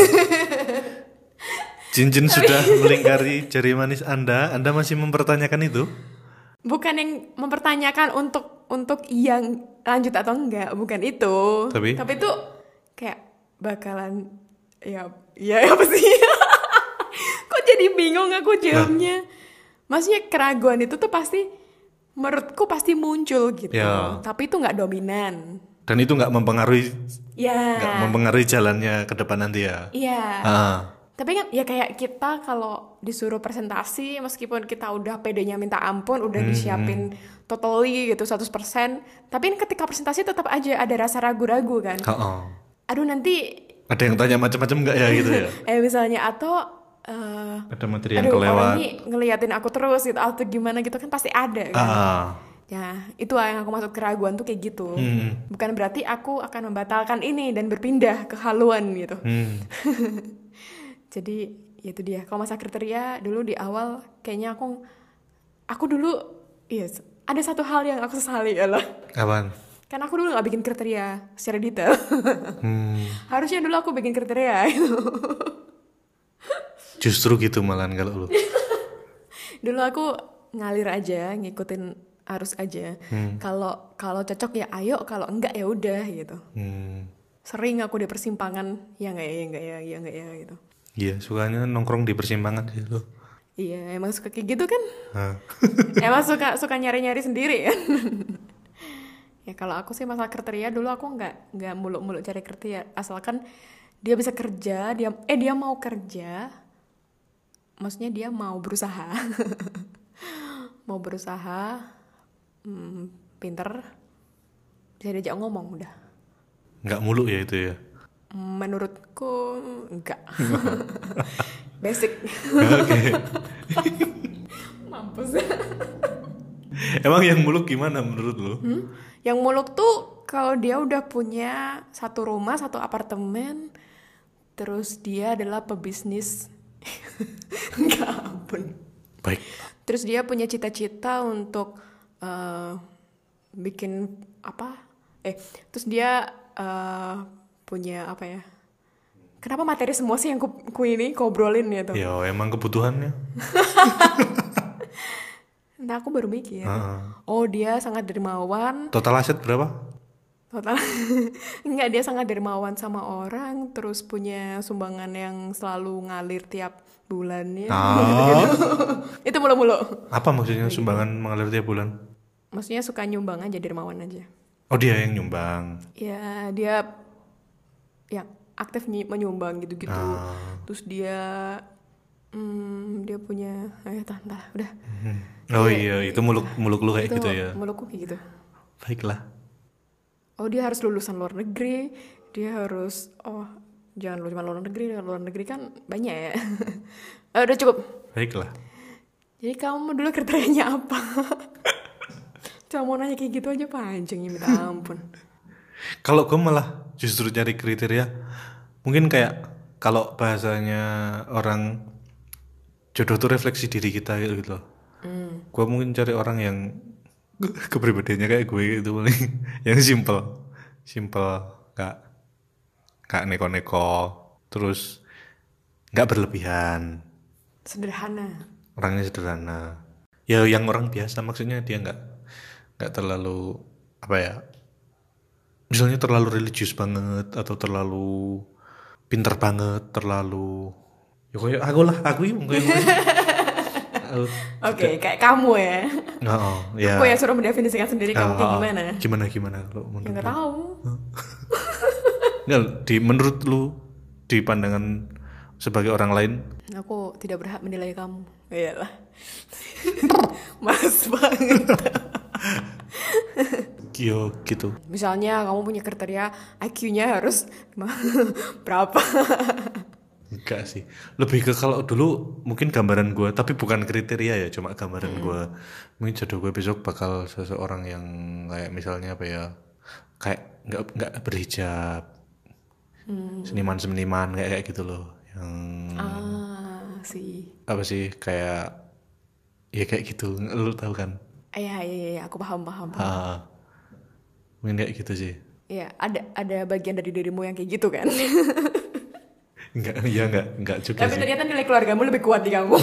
Cincin sudah melingkari jari manis Anda, Anda masih mempertanyakan itu? Bukan yang mempertanyakan untuk untuk yang lanjut atau enggak, bukan itu. Tapi? Tapi tuh kayak bakalan ya ya apa sih? Kok jadi bingung aku jawabnya. Maksudnya keraguan itu tuh pasti menurutku pasti muncul gitu. Ya. Tapi itu nggak dominan. Dan itu nggak mempengaruhi, Ya. nggak mempengaruhi jalannya ke depan nanti ya. Iya. Ah. Tapi kan ya kayak kita kalau disuruh presentasi meskipun kita udah pedenya minta ampun, udah disiapin totally gitu seratus persen, tapi ketika presentasi tetap aja ada rasa ragu-ragu kan. Oh. Aduh nanti Ada yang tanya macam-macam nggak ya gitu ya? eh misalnya atau eh, Ada materi yang aduh kelewat. orang ini ngeliatin aku terus gitu atau gimana gitu kan pasti ada kan. Ah. Ya itu yang aku maksud keraguan tuh kayak gitu. Hmm. Bukan berarti aku akan membatalkan ini dan berpindah ke haluan gitu. Hmm. Jadi ya itu dia. Kalau masa kriteria dulu di awal kayaknya aku aku dulu yes, ada satu hal yang aku sesali adalah Apaan? kan aku dulu nggak bikin kriteria secara detail. Hmm. Harusnya dulu aku bikin kriteria gitu. Justru gitu malahan kalau lu. Dulu aku ngalir aja, ngikutin arus aja. Kalau kalau cocok ya ayo, kalau enggak ya udah gitu. Hmm. Sering aku di persimpangan, ya enggak ya, ya enggak ya, ya enggak ya gitu. Iya, sukanya nongkrong di persimpangan sih lu. Iya, emang suka kayak gitu kan? Ah. Emang suka suka nyari-nyari sendiri kan? Ya kalau aku sih masalah kriteria dulu aku nggak nggak muluk-muluk cari kriteria, asalkan dia bisa kerja, dia eh dia mau kerja, maksudnya dia mau berusaha, mau berusaha, hmm, pinter, bisa diajak ngomong udah. Nggak muluk ya itu ya. Menurutku enggak. Basic. Oke. Mampus. Emang yang muluk gimana menurut lu? Hmm? Yang muluk tuh kalau dia udah punya satu rumah, satu apartemen, terus dia adalah pebisnis. Enggak ampun. Baik. Terus dia punya cita-cita untuk uh, bikin apa? Eh, terus dia uh, punya apa ya? Kenapa materi semua sih yang ku, ku ini ngobrolin ya tuh? Ya emang kebutuhannya. Nah aku baru mikir, Heeh. oh dia sangat dermawan, Total aset berapa? total enggak, dia sangat dermawan sama orang, terus punya sumbangan yang selalu ngalir tiap bulannya, gitu-gitu. Ah, Itu mulu-mulu. apa maksudnya sumbangan mengalir tiap bulan? Maksudnya suka nyumbang aja, dermawan aja. Oh dia yang nyumbang. Ya dia yang aktif ny- menyumbang gitu-gitu. Ah. Terus dia, hmm, dia punya, eh tante, udah. Oh Iya, iya, itu muluk muluk lu kayak itu gitu ya. mulutku kayak gitu. Baiklah. Oh dia harus lulusan luar negeri, dia harus, oh jangan lu cuma luar negeri, luar negeri kan banyak ya. Eh, udah cukup. Baiklah. Jadi kamu dulu kriterianya apa? Cuma mau nanya kayak gitu aja panjang ya, minta ampun. Kalau gue malah justru cari kriteria, mungkin kayak kalau bahasanya orang jodoh tuh refleksi diri kita gitu loh. Hmm. Gue mungkin cari orang yang kepribadiannya kayak gue gitu paling, yang simple, simple, gak gak neko-neko, terus nggak berlebihan, Sederhana. orangnya sederhana. Ya yang orang biasa, maksudnya dia nggak nggak terlalu apa ya, misalnya terlalu religius banget atau terlalu pinter banget, terlalu ya kayak aku lah, aku yang kayak gue. Oke, kayak kamu ya. Oh, ya. Aku yang suruh mendefinisikan sendiri kamu kayak Oh, gimana. Gimana gimana kalau Ya menurut nggak lu? tahu. Nggak, di menurut lu di pandangan sebagai orang lain, Aku tidak berhak menilai kamu. Iyalah. Mas banget. yo gitu. Misalnya kamu punya kriteria I Q-nya harus berapa? Enggak sih. Lebih ke kalau dulu mungkin gambaran gue, tapi bukan kriteria ya, cuma gambaran gue. Mungkin jodoh gue besok bakal seseorang yang kayak misalnya apa ya, kayak nggak nggak berhijab, seniman-seniman kayak kayak gitu loh, yang Ah, sih. apa sih kayak ya kayak gitu, lu tahu kan? Iya, iya, iya, aku paham, paham, paham. Ah, mungkin kayak gitu sih. Iya, ada ada bagian dari dirimu yang kayak gitu kan. Enggak, ya enggak, enggak juga Tapi sih. ternyata nilai keluargamu lebih kuat di kamu.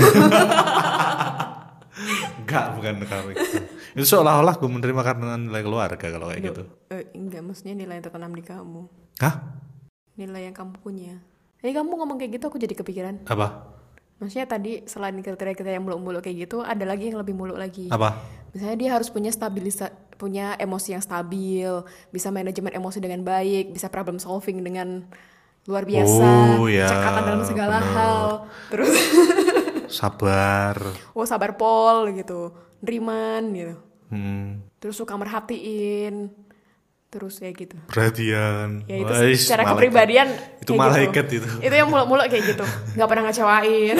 Enggak, bukan karena itu. Itu seolah-olah gue menerima karena nilai keluarga kalau kayak gitu. Eh, enggak, maksudnya nilai yang tertanam di kamu. Hah? Nilai yang kamu punya. Jadi kamu ngomong kayak gitu aku jadi kepikiran. Apa? Maksudnya tadi selain kriteria-kriteria yang muluk-muluk kayak gitu, ada lagi yang lebih muluk lagi. Apa? Misalnya dia harus punya stabilisa, punya emosi yang stabil, bisa manajemen emosi dengan baik, bisa problem solving dengan luar biasa, Oh, ya, cekatan dalam segala bener. hal, terus Sabar. oh sabar pol gitu, neriman gitu, Hmm, terus suka merhatiin, terus kayak gitu. perhatian. Ya itu Wais, secara malaikat. kepribadian Itu kayak malaikat gitu. itu. Itu yang muluk-muluk kayak gitu, nggak pernah ngecewain.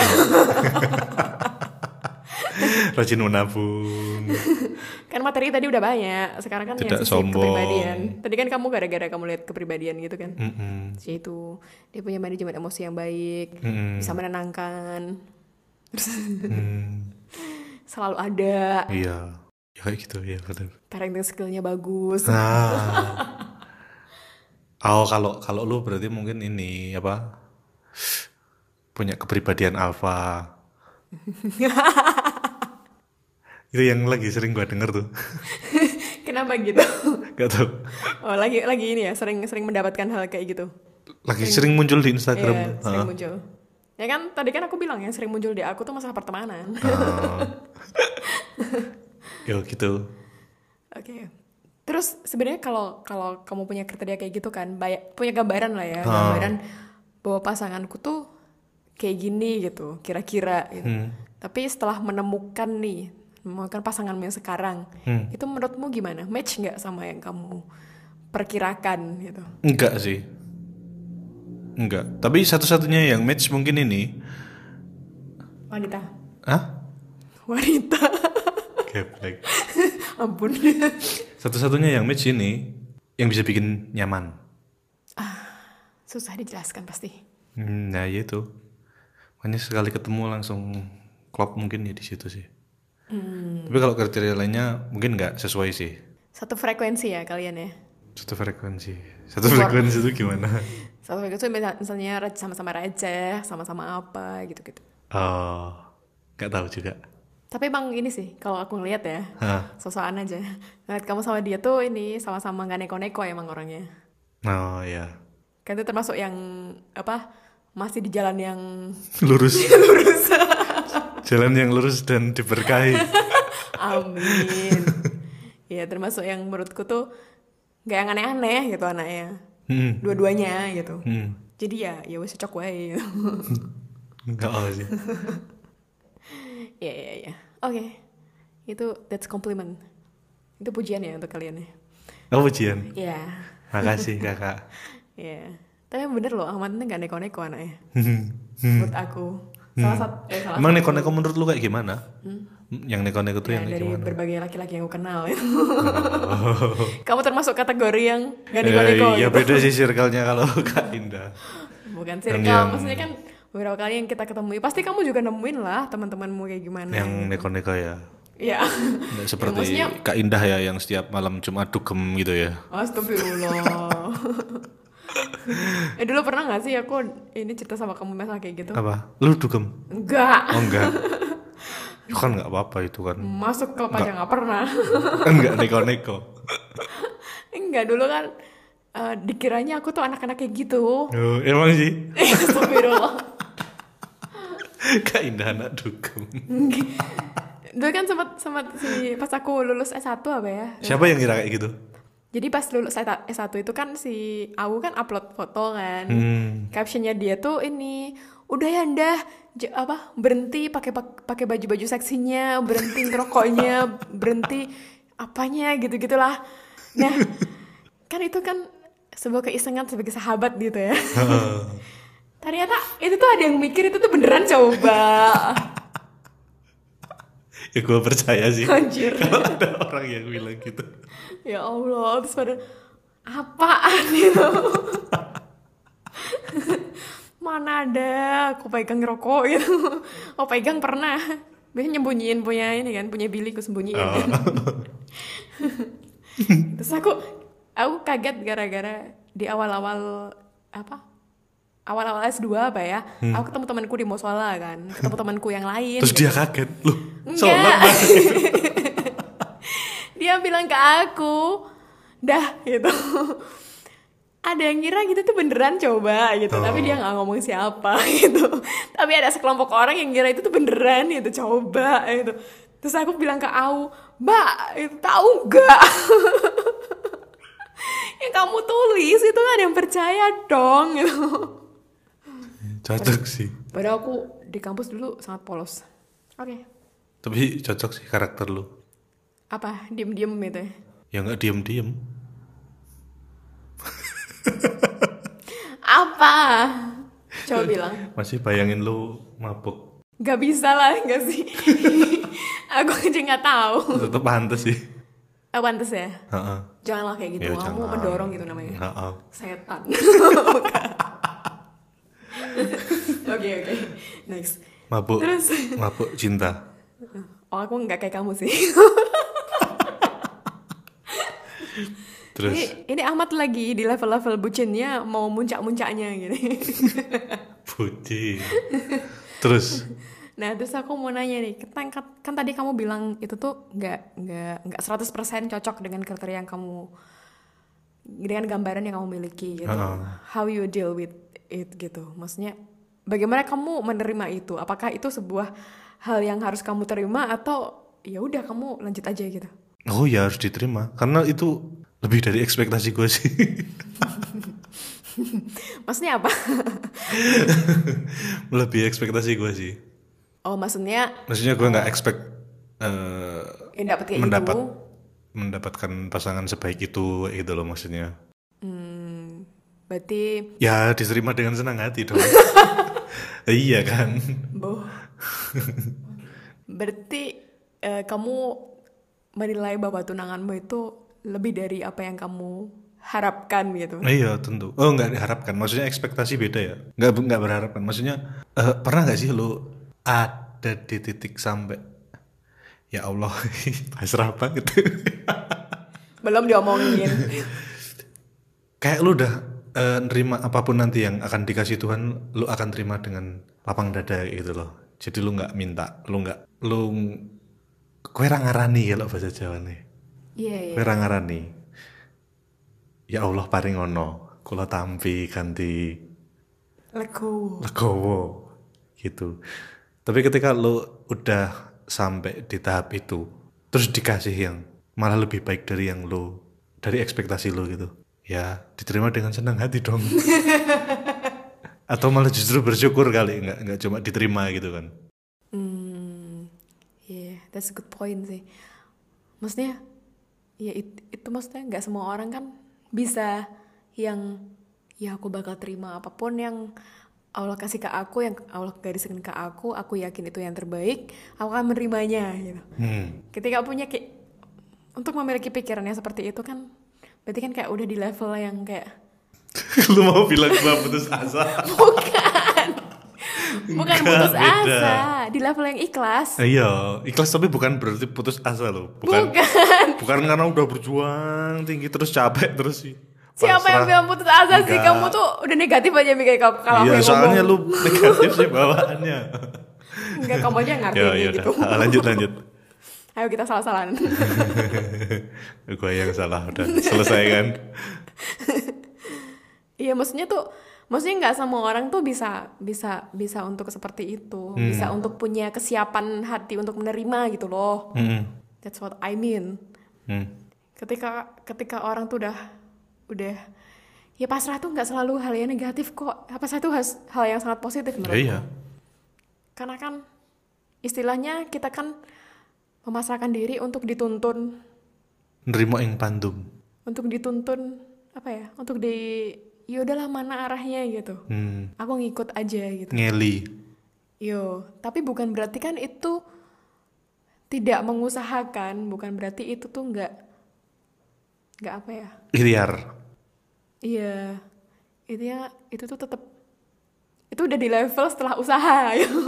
Rajin menabung. Kan materi tadi udah banyak, sekarang kan Tidak yang sisi sombong. kepribadian. Tadi kan kamu gara-gara kamu lihat kepribadian gitu kan. Mm-mm. Si itu dia punya manajemen emosi yang baik, Mm-mm. bisa menenangkan, Hmm, selalu ada, iya. Ya kayak gitu ya benar. parenting skillnya bagus. Nah. Oh, kalau kalau lu berarti mungkin ini apa? Punya kepribadian alfa. Itu yang lagi sering gua denger tuh. Kenapa gitu? Gak tau. Oh lagi lagi ini ya, sering-sering mendapatkan hal kayak gitu. Lagi sering muncul di Iya, Instagram. sering Ah. muncul. Ya kan tadi kan aku bilang yang sering muncul di aku tuh masalah pertemanan. Ah. Yo gitu. Oke. Terus sebenarnya kalau kalau kamu punya kriteria kayak gitu kan, banyak punya gambaran lah ya, Ah. gambaran bahwa pasanganku tuh kayak gini gitu, kira-kira gitu. Hmm. Tapi setelah menemukan nih, menemukan pasanganmu yang sekarang, Hmm. itu menurutmu gimana? Match nggak sama yang kamu perkirakan gitu? Enggak sih. Enggak. Tapi satu-satunya yang match mungkin ini. Wanita. Hah? Wanita. Geblek. Ampun. Satu-satunya yang match ini yang bisa bikin nyaman. Susah dijelaskan pasti. Hmm, nah ya itu. Makanya sekali ketemu langsung klop mungkin ya di situ sih. Hmm. Tapi kalau kriteria lainnya mungkin nggak sesuai sih. Satu frekuensi ya kalian ya. Satu frekuensi. Satu frekuensi itu gimana? Satu frekuensi misal- misalnya raj- sama-sama receh, sama-sama apa gitu-gitu. Oh, nggak tahu juga. Tapi emang ini sih, kalau aku ngeliat ya, Hah. sosokan aja. Ngeliat kamu sama dia tuh ini sama-sama gak neko-neko emang orangnya. Oh ya. Kan itu termasuk yang apa masih di jalan yang Lurus. lurus. Jalan yang lurus dan diberkahi. Amin. Ya termasuk yang menurutku tuh gak yang aneh-aneh gitu anaknya. Hmm. Dua-duanya gitu. Hmm. Jadi ya ya wes cocok wae gitu. Enggak apa sih. Iya iya iya. Oke. Itu that's compliment. Itu pujian ya untuk kalian ya. Oh pujian. Iya. Makasih kakak. Iya. Tapi bener loh Ahmad ini gak neko-neko anaknya. Hmm. Menurut aku. Salah satu eh, salah Emang satu- neko-neko menurut lu kayak gimana? Hmm? Yang neko-neko tuh Ya, yang dari gimana? berbagai laki-laki yang aku kenal ya. Kamu termasuk kategori yang gak Eh, neko-neko ya gitu. beda sih circle-nya kalau Kak Indah. Bukan Yang- circle, yang- maksudnya kan beberapa kali yang kita ketemui pasti kamu juga nemuin lah teman-temanmu kayak gimana. Yang neko-neko ya. Ya. Nggak seperti maksudnya- Kak Indah ya yang setiap malam Jumat dugem gitu ya. Astagfirullah. eh dulu pernah gak sih aku ini cerita sama kamu masalah kayak gitu? Apa? Lu dugem? Enggak. Oh enggak. Ya kan nggak apa-apa itu kan. Masuk klub aja gak pernah. Enggak neko-neko. Enggak, dulu kan eh, dikiranya aku tuh anak-anak kayak gitu. Oh, emang sih. Astagfirullah. Kak Indah anak dugem. Dulu kan sempat sempat si pas aku lulus S satu apa ya? Siapa yang kira kayak gitu? Jadi pas lulus S satu itu kan si Awu kan upload foto kan. Hmm. Captionnya dia tuh ini, udah ya Ndah, j- apa berhenti pakai pakai baju-baju seksinya, berhenti ngerokoknya, berhenti apanya gitu-gitulah. Nah, kan itu kan sebuah keisengan sebagai sahabat gitu ya. Ternyata itu tuh ada yang mikir itu tuh beneran coba. Ya gue percaya sih. Anjir. Kalau ada orang yang bilang gitu. Ya Allah, terus pada apaan itu? Mana ada aku pegang rokok gitu. Oh pegang pernah. Biasanya nyembunyiin punya ini kan, punya bilik aku sembunyiin. Oh. Kan? Terus aku aku kaget gara-gara di awal-awal apa? Awal-awal S dua apa ya? Hmm. Aku ketemu temanku di musola kan, ketemu temanku yang lain. Terus gitu. dia kaget. Loh, Enggak. sholat banget. Dia bilang ke aku, dah gitu. Ada yang ngira gitu tuh beneran coba gitu, Oh. tapi dia nggak ngomong siapa gitu. Tapi ada sekelompok orang yang ngira itu tuh beneran gitu, coba gitu. Terus aku bilang ke Au, Mbak, itu tahu nggak? Yang kamu tulis itu kan ada yang percaya dong gitu. Cocok sih. Padahal aku di kampus dulu sangat polos. Oke. Tapi cocok sih karakter lu. Apa? Diem-diem gitu ya? Ya nggak diem-diem. Apa? Coba bilang. Masih bayangin lu mabuk. Gak bisa lah, gak sih? Aku aja gak tahu. Tetep pantes sih. Eh, pantes ya? Heeh. Janganlah kayak gitu, Ya, kamu jangan. mendorong gitu namanya. Heeh. Setan. Oke, oke. Next. Mabuk. Terus? Mabuk cinta. Oh, aku gak kayak kamu sih. Terus Ini, ini Ahmad lagi di level-level bucinnya mau muncak-muncaknya gitu. putih. Terus Nah, terus aku mau nanya nih, kan, kan, kan tadi kamu bilang itu tuh nggak nggak nggak seratus persen cocok dengan kriteria yang kamu dengan gambaran yang kamu miliki gitu. Uh-uh. How you deal with it gitu. Maksudnya bagaimana kamu menerima itu? Apakah itu sebuah hal yang harus kamu terima atau ya udah kamu lanjut aja gitu? oh ya harus diterima karena itu lebih dari ekspektasi gue sih. Maksudnya apa? Lebih ekspektasi gue sih. Oh, maksudnya Maksudnya gue nggak expect eh, yang dapat kayak mendapat gitu. mendapatkan pasangan sebaik itu gitu loh maksudnya. Hmm, berarti Ya diterima dengan senang hati dong. Iya kan. boh. Berarti eh, kamu menilai bahwa tunanganmu itu lebih dari apa yang kamu harapkan gitu. Iya tentu. Oh nggak diharapkan. Maksudnya ekspektasi beda ya. Nggak nggak berharapkan. Maksudnya eh, pernah nggak sih lo ada di titik sampai ya Allah pasrah banget. Belum diomongin. Kayak lu udah eh, nerima apapun nanti yang akan dikasih Tuhan, lu akan terima dengan lapang dada gitu loh. Jadi lu nggak minta, lu nggak lu kowe ra ngarani kalau bahasa Jawa nih. Iya, iya. Kowe ra ngarani. Ya Allah paring ngono, kula tampi ganti Legowo. legowo gitu. Tapi ketika lo udah sampai di tahap itu, terus dikasih yang malah lebih baik dari yang lo, dari ekspektasi lo gitu, ya diterima dengan senang hati dong. Atau malah justru bersyukur kali, nggak nggak cuma diterima gitu kan. Hmm, yeah, that's a good point sih. Maksudnya, ya it- itu maksudnya nggak semua orang kan bisa yang ya aku bakal terima apapun yang Allah kasih ke aku, yang Allah gariskan ke aku, aku yakin itu yang terbaik, aku akan menerimanya gitu. Hmm. Ketika punya kayak untuk memiliki pikiran yang seperti itu kan, berarti kan kayak udah di level yang kayak Lu mau bilang gua putus asa? bukan, bukan Enggak, putus beda. asa, di level yang ikhlas. Iya, ikhlas tapi bukan berarti putus asa loh. Bukan, Bukan. bukan karena udah berjuang tinggi terus capek terus sih. Siapa yang bilang putus asa sih? Enggak. Kamu tuh udah negatif aja nih kayak kalau kalau aku Iya, yang soalnya ngomong. lu negatif sih bawaannya. Enggak, kamu aja yang ngerti Ya, kayak ya gitu. udah. Lanjut lanjut. Ayo kita salah-salahan. Gue yang salah udah selesai kan. Iya, maksudnya tuh maksudnya nggak semua orang tuh bisa bisa bisa untuk seperti itu, Hmm. bisa untuk punya kesiapan hati untuk menerima gitu loh. Hmm. That's what I mean. Hmm. Ketika ketika orang tuh udah udah ya pasrah tuh nggak selalu hal yang negatif kok. Pasrah itu has- hal yang sangat positif Ya, menurutku. iya. Karena kan istilahnya kita kan memasrahkan diri untuk dituntun, Nerima yang pandum. untuk dituntun apa ya? Untuk di ya udahlah mana arahnya gitu. Hmm. Aku ngikut aja gitu. Ngeli. Yo, tapi bukan berarti kan itu tidak mengusahakan, bukan berarti itu tuh nggak nggak apa ya? Ikhtiar. Iya, itu ya itu tuh tetap itu udah di level setelah usaha. Gitu.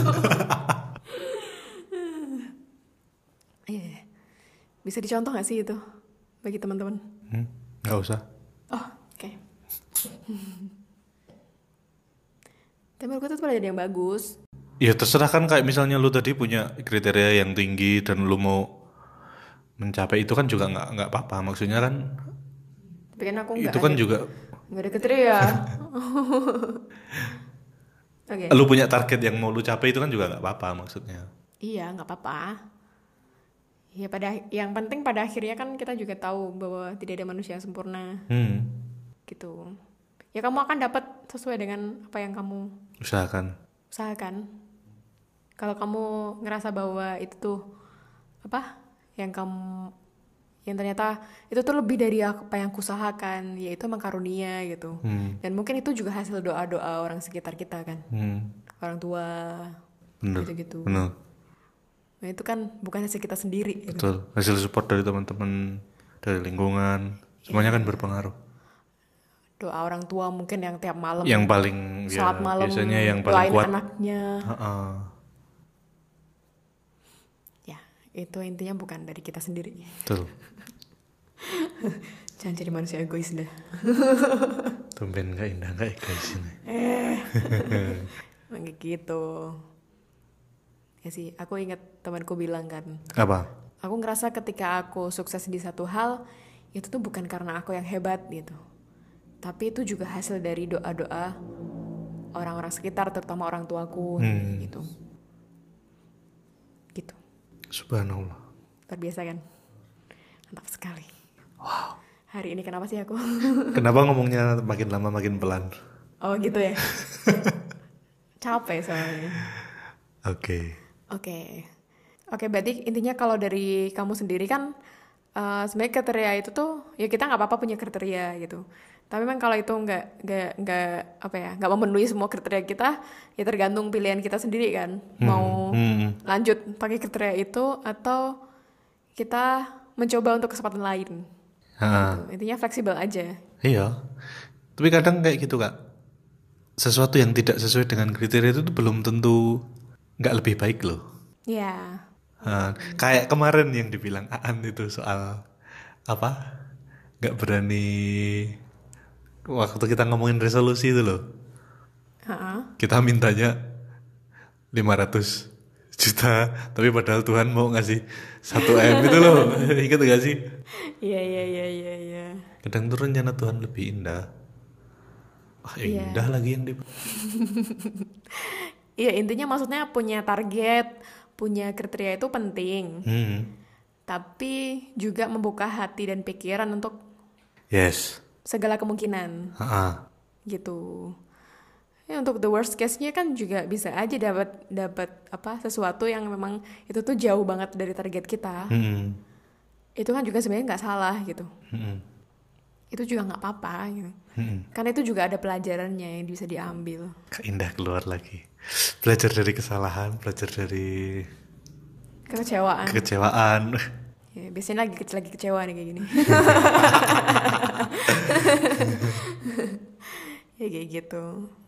Iya, bisa dicontoh nggak sih itu bagi teman-teman? Hmm. Gak usah. Oh, oke. Tapi menurutku itu ada yang bagus. Ya terserah kan, kayak misalnya lu tadi punya kriteria yang tinggi dan lu mau mencapai itu kan juga nggak nggak apa-apa, maksudnya kan Tapi kan aku nggak itu kan ada, juga nggak ada kriteria. Oke. lu punya target yang mau lu capai itu kan juga nggak apa-apa maksudnya. Iya, nggak apa-apa. Ya pada yang penting pada akhirnya kan kita juga tahu bahwa tidak ada manusia yang sempurna Hmm. gitu. Ya kamu akan dapat sesuai dengan apa yang kamu Usahakan. usahakan. Kalau kamu ngerasa bahwa itu tuh apa yang kamu yang ternyata itu tuh lebih dari apa yang kusahakan, ya itu emang karunia gitu. Hmm. Dan mungkin itu juga hasil doa-doa orang sekitar kita kan, Hmm. orang tua, Bener. gitu-gitu. Bener. Nah itu kan bukan hasil kita sendiri gitu. Betul. Hasil support dari teman-teman, dari lingkungan, semuanya kan berpengaruh. Doa orang tua mungkin yang tiap malam Yang paling ya, salat malam biasanya yang paling doain kuat. anaknya. Ha-ha. Ya itu intinya bukan dari kita sendiri. Betul. Jangan jadi manusia egois dah. Tumben gak indah gak guys ini. Emang kayak gitu. Ya sih, aku ingat temanku bilang kan, Apa? aku ngerasa ketika aku sukses di satu hal, itu tuh bukan karena aku yang hebat gitu. Tapi itu juga hasil dari doa-doa orang-orang sekitar, terutama orang tuaku Hmm. gitu. Gitu. Subhanallah. Luar biasa kan? Mantap sekali. Wow. Hari ini kenapa sih aku? Kenapa ngomongnya makin lama makin pelan? Oh gitu ya. Capek soalnya. Oke. Oke. Oke, berarti intinya kalau dari kamu sendiri kan eh, sebenarnya kriteria itu tuh ya kita nggak apa-apa punya kriteria gitu. Tapi memang kalau itu nggak nggak nggak apa ya nggak memenuhi semua kriteria kita, ya tergantung pilihan kita sendiri kan. Mau Hmm. lanjut pakai kriteria itu atau kita mencoba untuk kesempatan lain. Ha. Gitu. Intinya fleksibel aja. Iya. Tapi kadang kayak gitu Kak. Sesuatu yang tidak sesuai dengan kriteria itu tuh belum tentu nggak lebih baik loh. Ya. Ha. Kayak kemarin yang dibilang Aan itu soal apa? Nggak berani waktu kita ngomongin resolusi itu loh. Ha-ha. Kita mintanya lima ratus juta, tapi padahal Tuhan mau ngasih satu M itu loh. Ingat gak sih? Iya iya iya iya iya. Kadang tuh rencana Tuhan lebih indah. Wah, Iya. indah lagi yang di Iya, intinya maksudnya punya target, punya kriteria itu penting. Hmm. Tapi juga membuka hati dan pikiran untuk Yes. segala kemungkinan Ha-ha. gitu. Ya untuk the worst case-nya kan juga bisa aja dapat dapat apa sesuatu yang memang itu tuh jauh banget dari target kita. Hmm. Itu kan juga sebenarnya nggak salah gitu. Hmm. Itu juga nggak apa-apa gitu. Hmm. Karena itu juga ada pelajarannya yang bisa diambil. Kak Indah keluar lagi. Belajar dari kesalahan, belajar dari Kekecewaan. kekecewaan. Ya, biasanya lagi kecil lagi kecewa nih kayak gini. Ya kayak gitu.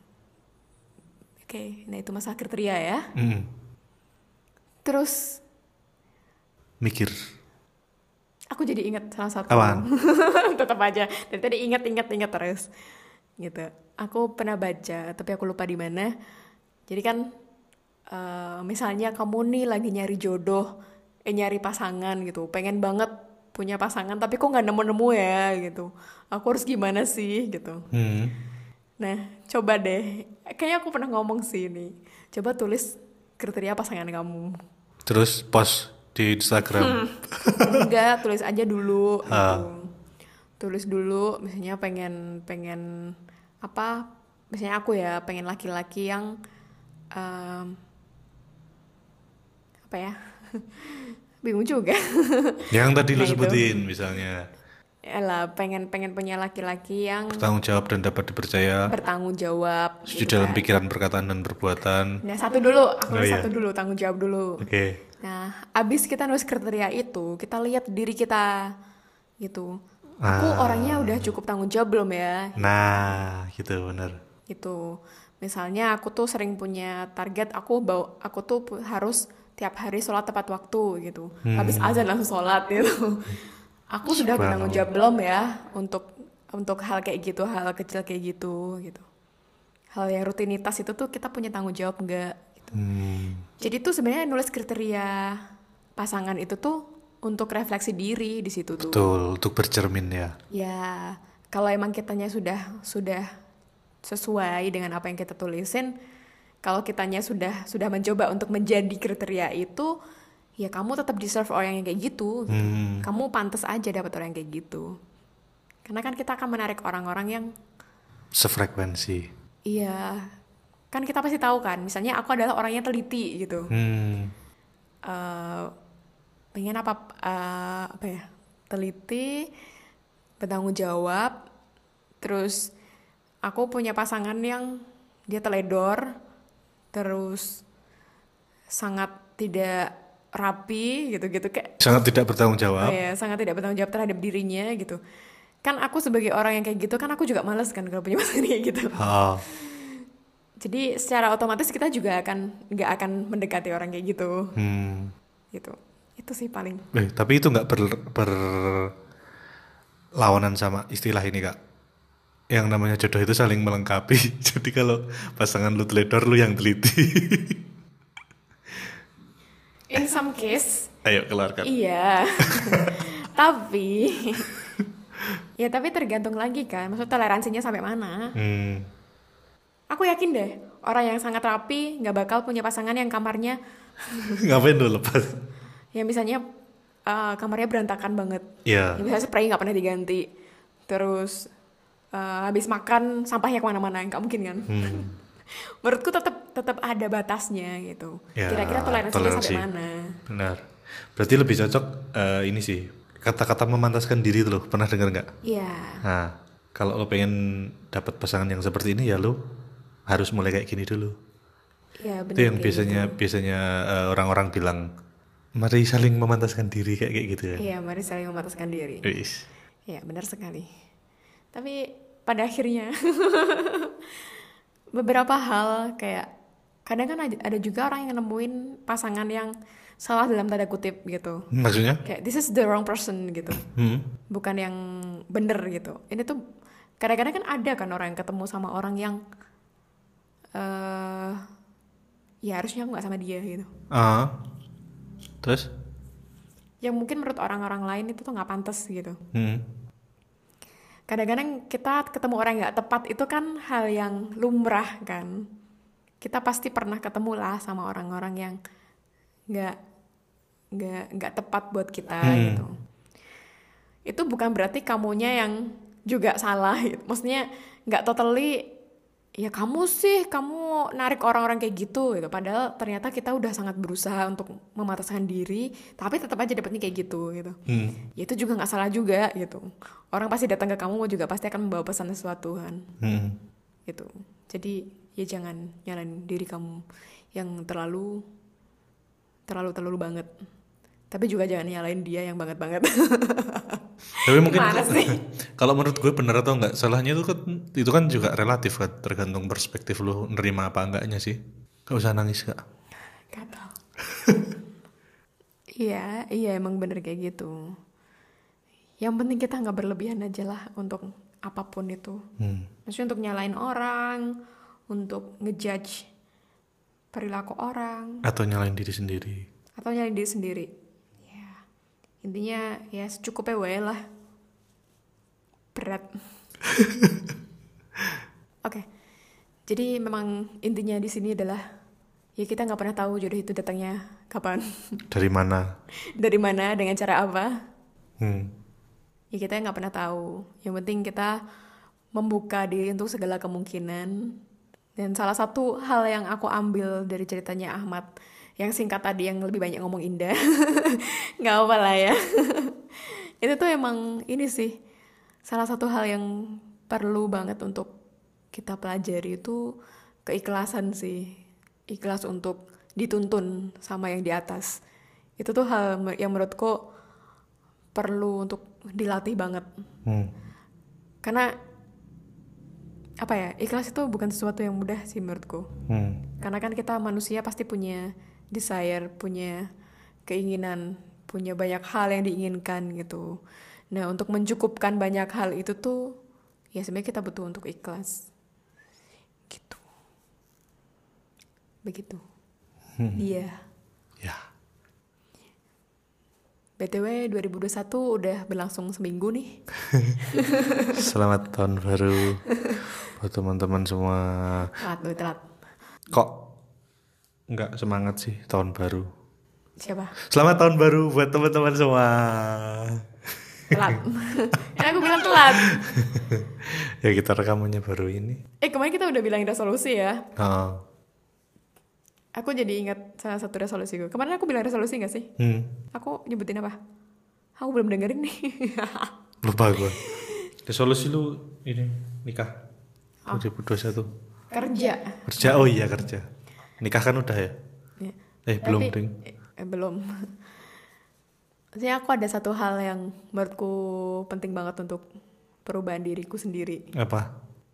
Oke, nah itu masalah kriteria ya. Hmm. Terus Mikir. aku jadi ingat salah satu. Apaan? Tetap aja. Dari tadi ingat-ingat-ingat terus. Gitu. Aku pernah baca, tapi aku lupa di mana. Jadi kan eh, misalnya kamu nih lagi nyari jodoh, eh nyari pasangan gitu, pengen banget punya pasangan, tapi kok nggak nemu-nemu ya gitu. Aku harus gimana sih gitu. Hmm. Nah, coba deh. Kayaknya aku pernah ngomong sih ini. Coba tulis kriteria pasangan kamu. Terus post di Instagram. Enggak, tulis aja dulu gitu. Ah. Tulis dulu, misalnya pengen pengen apa? Misalnya aku ya pengen laki-laki yang em, apa ya? Bingung juga. Yang tadi lu Nah, itu. sebutin misalnya Yalah, pengen pengen punya laki-laki yang bertanggung jawab dan dapat dipercaya, bertanggung jawab. setuju gitu dalam kan. pikiran, perkataan dan perbuatan. Nah, satu dulu, aku Oh, nulis iya. satu dulu, tanggung jawab dulu. Oke. Nah, abis kita nulis kriteria itu, kita lihat diri kita gitu. Aku Ah. orangnya udah cukup tanggung jawab belum ya? Nah, gitu bener. Gitu. Misalnya aku tuh sering punya target, aku bau, aku tuh pu- harus tiap hari sholat tepat waktu gitu. Habis azan langsung sholat gitu. Aku sudah bertanggung jawab belum ya untuk untuk hal kayak gitu, hal kecil kayak gitu gitu. Hal yang rutinitas itu tuh kita punya tanggung jawab enggak? Gitu. Hmm. Jadi tuh sebenarnya nulis kriteria pasangan itu tuh untuk refleksi diri di situ tuh. Betul, untuk bercermin ya. Ya, kalau emang kitanya sudah sudah sesuai dengan apa yang kita tulisin, kalau kitanya sudah sudah mencoba untuk menjadi kriteria itu, ya kamu tetap deserve orang yang kayak gitu. gitu. Hmm. Kamu pantas aja dapat orang yang kayak gitu. Karena kan kita akan menarik orang-orang yang Sefrekuensi. iya, kan kita pasti tahu kan. Misalnya aku adalah orang yang teliti gitu. Hmm. Eh, pengen apa eh, apa ya teliti, bertanggung jawab, terus aku punya pasangan yang dia teledor, terus sangat tidak rapi gitu-gitu kayak Sangat tidak bertanggung oh jawab. ya, sangat tidak bertanggung jawab terhadap dirinya gitu. Kan aku sebagai orang yang kayak gitu kan aku juga males kan kalau punya pasangan kayak gitu. Oh. Jadi secara otomatis kita juga akan nggak akan mendekati orang kayak gitu Hmm. gitu. Itu sih paling. Eh, tapi itu nggak ber, berlawanan sama istilah ini kak. Yang namanya jodoh itu saling melengkapi. Jadi kalau pasangan lu teledor, lu yang teliti. In some case, Ayo keluarkan. iya. Tapi, ya tapi tergantung lagi kan. Maksud toleransinya sampai mana. Hmm. Aku yakin deh, orang yang sangat rapi nggak bakal punya pasangan yang kamarnya, Ngapain lu lepas? yang misalnya eh, kamarnya berantakan banget. Iya. Yang misalnya spray nggak pernah diganti. Terus eh, habis makan sampahnya kemana-mana, nggak mungkin kan. Hmm. Menurutku tetap tetap ada batasnya gitu. Ya, Kira-kira toleransinya toleransi. sampai mana? Benar. Berarti lebih cocok eh, ini sih kata-kata memantaskan diri tuh loh. Pernah dengar nggak? Iya. Nah, kalau lo pengen dapat pasangan yang seperti ini ya lo harus mulai kayak gini dulu. Iya benar. Itu yang kayak biasanya gitu. biasanya eh, orang-orang bilang mari saling memantaskan diri kayak kayak gitu ya. Iya, mari saling memantaskan diri. Wis. Iya, benar sekali. Tapi pada akhirnya beberapa hal kayak kadang kan ada ada juga orang yang nemuin pasangan yang salah dalam tanda kutip gitu. Maksudnya? Kayak this is the wrong person gitu. Hmm. Bukan yang bener gitu. Ini tuh kadang-kadang kan ada kan orang yang ketemu sama orang yang eh ya harusnya aku nggak sama dia gitu. Ah, terus? Yang mungkin menurut orang-orang lain itu tuh nggak pantas gitu. Hmm. Kadang-kadang kita ketemu orang yang nggak tepat itu kan hal yang lumrah kan. Kita pasti pernah ketemu lah sama orang-orang yang nggak nggak nggak tepat buat kita Hmm. gitu. Itu bukan berarti kamunya yang juga salah gitu. Maksudnya nggak totally ya kamu sih, kamu narik orang-orang kayak gitu gitu. Padahal ternyata kita udah sangat berusaha untuk mematahkan diri, tapi tetap aja dapetnya kayak gitu gitu. Hmm. Ya itu juga nggak salah juga gitu. Orang pasti datang ke kamu juga pasti akan membawa pesan sesuatu kan. Hmm. Gitu. Jadi ya jangan nyalain diri kamu yang terlalu terlalu terlalu banget. Tapi juga jangan nyalain dia yang banget-banget. Tapi mungkin Gimana sih? kalau menurut gue bener atau enggak, salahnya itu kan itu kan juga relatif kan, tergantung perspektif lu nerima apa enggaknya sih. Gak usah nangis kak. Gak tau. Iya, iya emang bener kayak gitu. Yang penting kita nggak berlebihan aja lah untuk apapun itu. Hmm. Maksudnya untuk nyalain orang, untuk ngejudge perilaku orang, Atau nyalain diri sendiri. atau nyalain diri sendiri. Ya, intinya ya secukupnya wae lah. Berat. Oke, jadi memang intinya di sini adalah ya kita nggak pernah tahu jodoh itu datangnya kapan, Dari mana? dari mana, dengan cara apa. Hmm. Ya kita nggak pernah tahu. Yang penting kita membuka diri untuk segala kemungkinan. Dan salah satu hal yang aku ambil dari ceritanya Ahmad, yang singkat tadi yang lebih banyak ngomong indah, nggak apa lah ya. Itu tuh emang ini sih, salah satu hal yang perlu banget untuk kita pelajari itu keikhlasan sih. Ikhlas untuk dituntun sama yang di atas. Itu tuh hal yang menurutku perlu untuk dilatih banget. Hmm. Karena apa ya, ikhlas itu bukan sesuatu yang mudah sih menurutku. Hmm. Karena kan kita manusia pasti punya desire, punya keinginan, punya banyak hal yang diinginkan gitu. Nah untuk mencukupkan banyak hal itu tuh ya sebenarnya kita butuh untuk ikhlas gitu. Begitu. Iya. Ya. B T W dua ribu dua puluh satu udah berlangsung seminggu nih. Selamat tahun baru buat teman-teman semua. Telat, gue telat. Kok nggak semangat sih tahun baru? Siapa? Selamat tahun baru buat teman-teman semua. Telat. Ya aku bilang telat. Ya kita rekamannya baru ini. Eh kemarin kita udah bilangin resolusi ya. Oh. Aku jadi ingat salah satu resolusi gue. Kemarin aku bilang resolusi gak sih? Hmm. Aku nyebutin apa? Aku belum dengerin nih. Lupa gue. Resolusi lu ini nikah. Oh. dua ribu dua puluh satu. Kerja. Kerja, oh iya kerja. Nikah kan udah ya? Ya. Eh belum Tapi- ding. Eh, eh, belum. Maksudnya aku ada satu hal yang menurutku penting banget untuk perubahan diriku sendiri. Apa?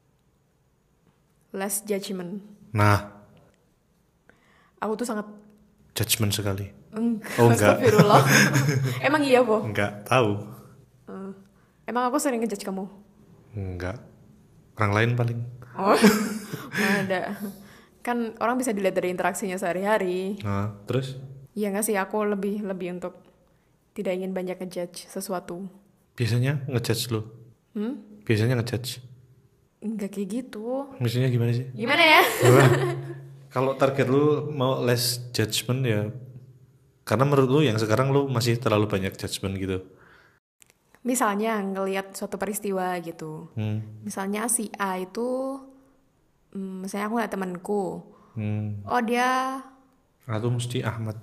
Less judgment. Nah, Aku tuh sangat judgement sekali. enggak. Oh, enggak. Astagfirullah. Emang iya, Po? Enggak tahu. Eh, Emang aku sering ngejudge kamu? Enggak. Orang lain paling. Oh, ada. Kan orang bisa dilihat dari interaksinya sehari-hari. Nah, terus Iya nggak sih, aku lebih lebih untuk tidak ingin banyak ngejudge sesuatu. biasanya ngejudge lu. Hmm? Biasanya ngejudge. Nggak kayak gitu. Maksudnya gimana sih? Gimana ya? Wah, kalau target lu mau less judgment ya, karena menurut lu yang sekarang lu masih terlalu banyak judgment gitu. Misalnya ngelihat suatu peristiwa gitu. Hmm. Misalnya si A itu, hmm, misalnya aku ngeliat temanku. Hmm. Oh dia Atau mesti Ahmad.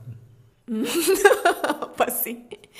apa sih?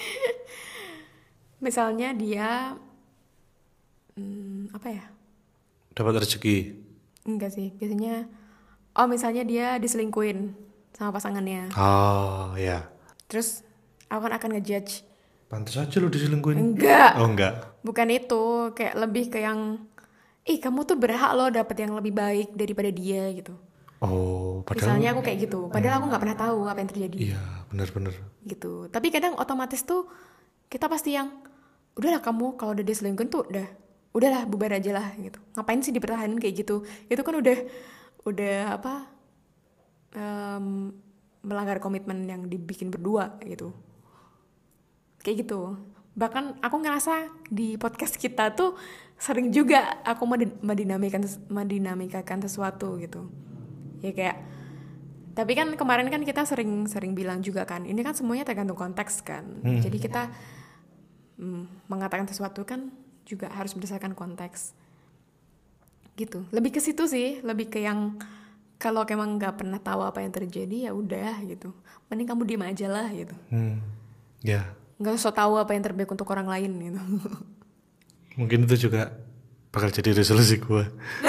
Misalnya dia, hmm, apa ya? Dapat rezeki. Enggak sih, biasanya. Oh misalnya dia diselingkuin sama pasangannya. Oh ya. Terus aku kan akan ngejudge. Pantas aja lu diselingkuhin. Enggak. Oh enggak. Bukan itu, kayak lebih ke yang, ih kamu tuh berhak loh dapet yang lebih baik daripada dia gitu. Oh, padahal. Misalnya aku kayak gitu, padahal aku nggak pernah tahu apa yang terjadi Iya, benar-benar. gitu. Tapi kadang otomatis tuh kita pasti yang, udahlah kamu kalau udah diselingkuhin tuh udah, udahlah bubar aja lah gitu. Ngapain sih dipertahankan kayak gitu? Itu kan udah, udah apa? um, melanggar komitmen yang dibikin berdua gitu. Kayak gitu. Bahkan aku ngerasa di podcast kita tuh sering juga aku mendinamikan mendinamikakan sesuatu gitu. Ya kayak, tapi kan kemarin kan kita sering-sering bilang juga kan, ini kan semuanya tergantung konteks kan. Hmm. Jadi kita mm, mengatakan sesuatu kan juga harus berdasarkan konteks. Gitu. Lebih ke situ sih, lebih ke yang kalau emang nggak pernah tahu apa yang terjadi ya udah gitu. Mending kamu diem aja lah gitu. Hmm. Ya. Yeah. Nggak usah tahu apa yang terbaik untuk orang lain gitu. Mungkin itu juga bakal jadi resolusi gue.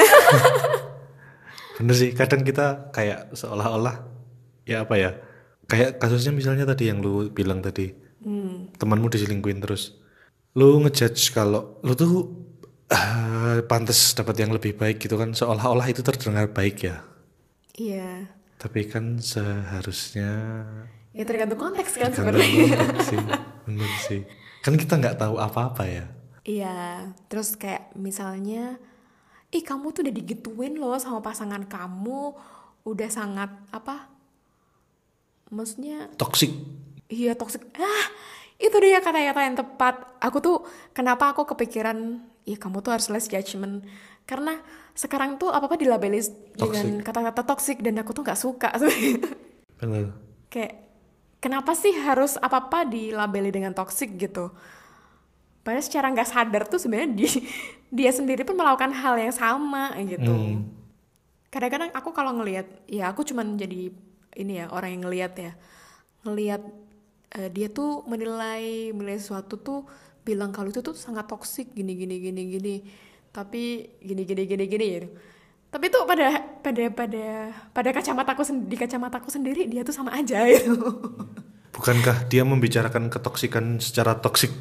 Bener sih, kadang kita kayak seolah-olah ya apa ya, kayak kasusnya misalnya tadi yang lu bilang tadi, hmm. temanmu diselingkuhin terus lu ngejudge kalau lu tuh uh, pantas dapat yang lebih baik gitu kan, seolah-olah itu terdengar baik ya. Iya. Tapi kan seharusnya ya tergantung konteks kan sebenarnya. Konteks sih, bener sih. Kan kita nggak tahu apa-apa ya. Iya, terus kayak misalnya, ih kamu tuh udah digituin loh sama pasangan kamu, udah sangat apa? Maksudnya toksik. Iya toksik. Ah, itu dia kata-kata yang tepat. Aku tuh kenapa aku kepikiran, ya kamu tuh harus less judgment. Karena sekarang tuh apa-apa dilabeli dengan kata-kata toksik dan aku tuh nggak suka. Benar. Kayak kenapa sih harus apa-apa dilabeli dengan toksik gitu? Padahal secara nggak sadar tuh sebenarnya dia, dia sendiri pun melakukan hal yang sama gitu. Hmm. Kadang-kadang aku kalau ngelihat, ya aku cuman jadi ini ya orang yang ngelihat ya, ngelihat uh, dia tuh menilai menilai sesuatu tuh bilang kalau itu tuh sangat toksik gini gini gini gini, tapi gini gini gini gini gitu. Tapi tuh pada pada pada pada kacamataku di kacamataku sendiri dia tuh sama aja gitu. Bukankah dia membicarakan ketoksikan secara toksik?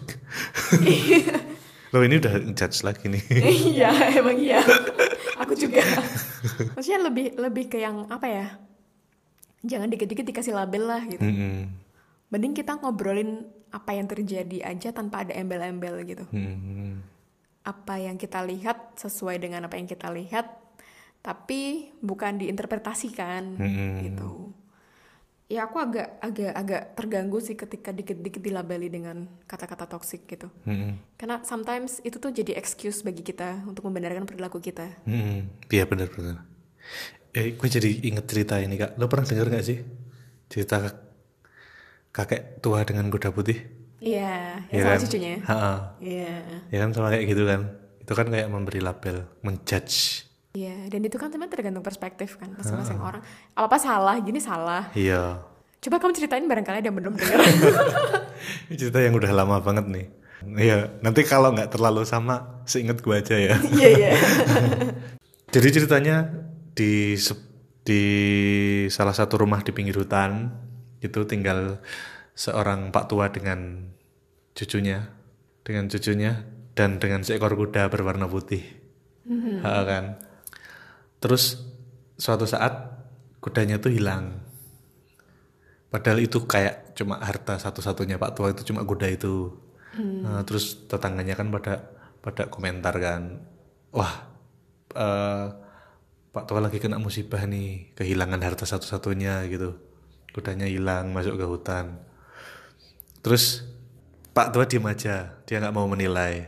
Loh ini udah judge lagi nih. Iya emang iya. Aku juga. Maksudnya lebih lebih ke yang apa ya? Jangan dikit-dikit dikasih label lah gitu. Mm-hmm. Mending kita ngobrolin apa yang terjadi aja tanpa ada embel-embel gitu. Mm-hmm. Apa yang kita lihat sesuai dengan apa yang kita lihat, tapi bukan diinterpretasikan mm-hmm. gitu. Ya aku agak agak agak terganggu sih ketika dikit-dikit dilabeli dengan kata-kata toksik gitu. Mm-hmm. Karena sometimes itu tuh jadi excuse bagi kita untuk membenarkan perilaku kita. Mm-hmm. Iya benar-benar. Eh, gue jadi inget cerita ini kak. Lo pernah dengar nggak sih cerita kakek tua dengan kuda putih? Iya, yang ya sama kan? Cucunya. Iya. Ya kan sama kayak gitu kan. Itu kan kayak memberi label, menjudge. Iya, dan itu kan teman tergantung perspektif kan masing-masing ah. orang. Apa-apa salah, gini salah. Iya. Coba kamu ceritain barangkali ada yang belum dengar. Ini cerita yang udah lama banget nih. Iya, nanti kalau nggak terlalu sama, seinget gue aja ya. Iya iya. Jadi ceritanya di di salah satu rumah di pinggir hutan itu tinggal seorang pak tua dengan cucunya, dengan cucunya dan dengan seekor kuda berwarna putih. Mm-hmm. Ha, kan. Terus suatu saat kudanya tuh hilang. Padahal itu kayak cuma harta satu-satunya pak tua itu cuma kuda itu. Hmm. Nah, terus tetangganya kan pada pada komentar kan, wah uh, pak tua lagi kena musibah nih, kehilangan harta satu-satunya gitu. Kudanya hilang masuk ke hutan. Terus pak tua diem aja, dia nggak mau menilai.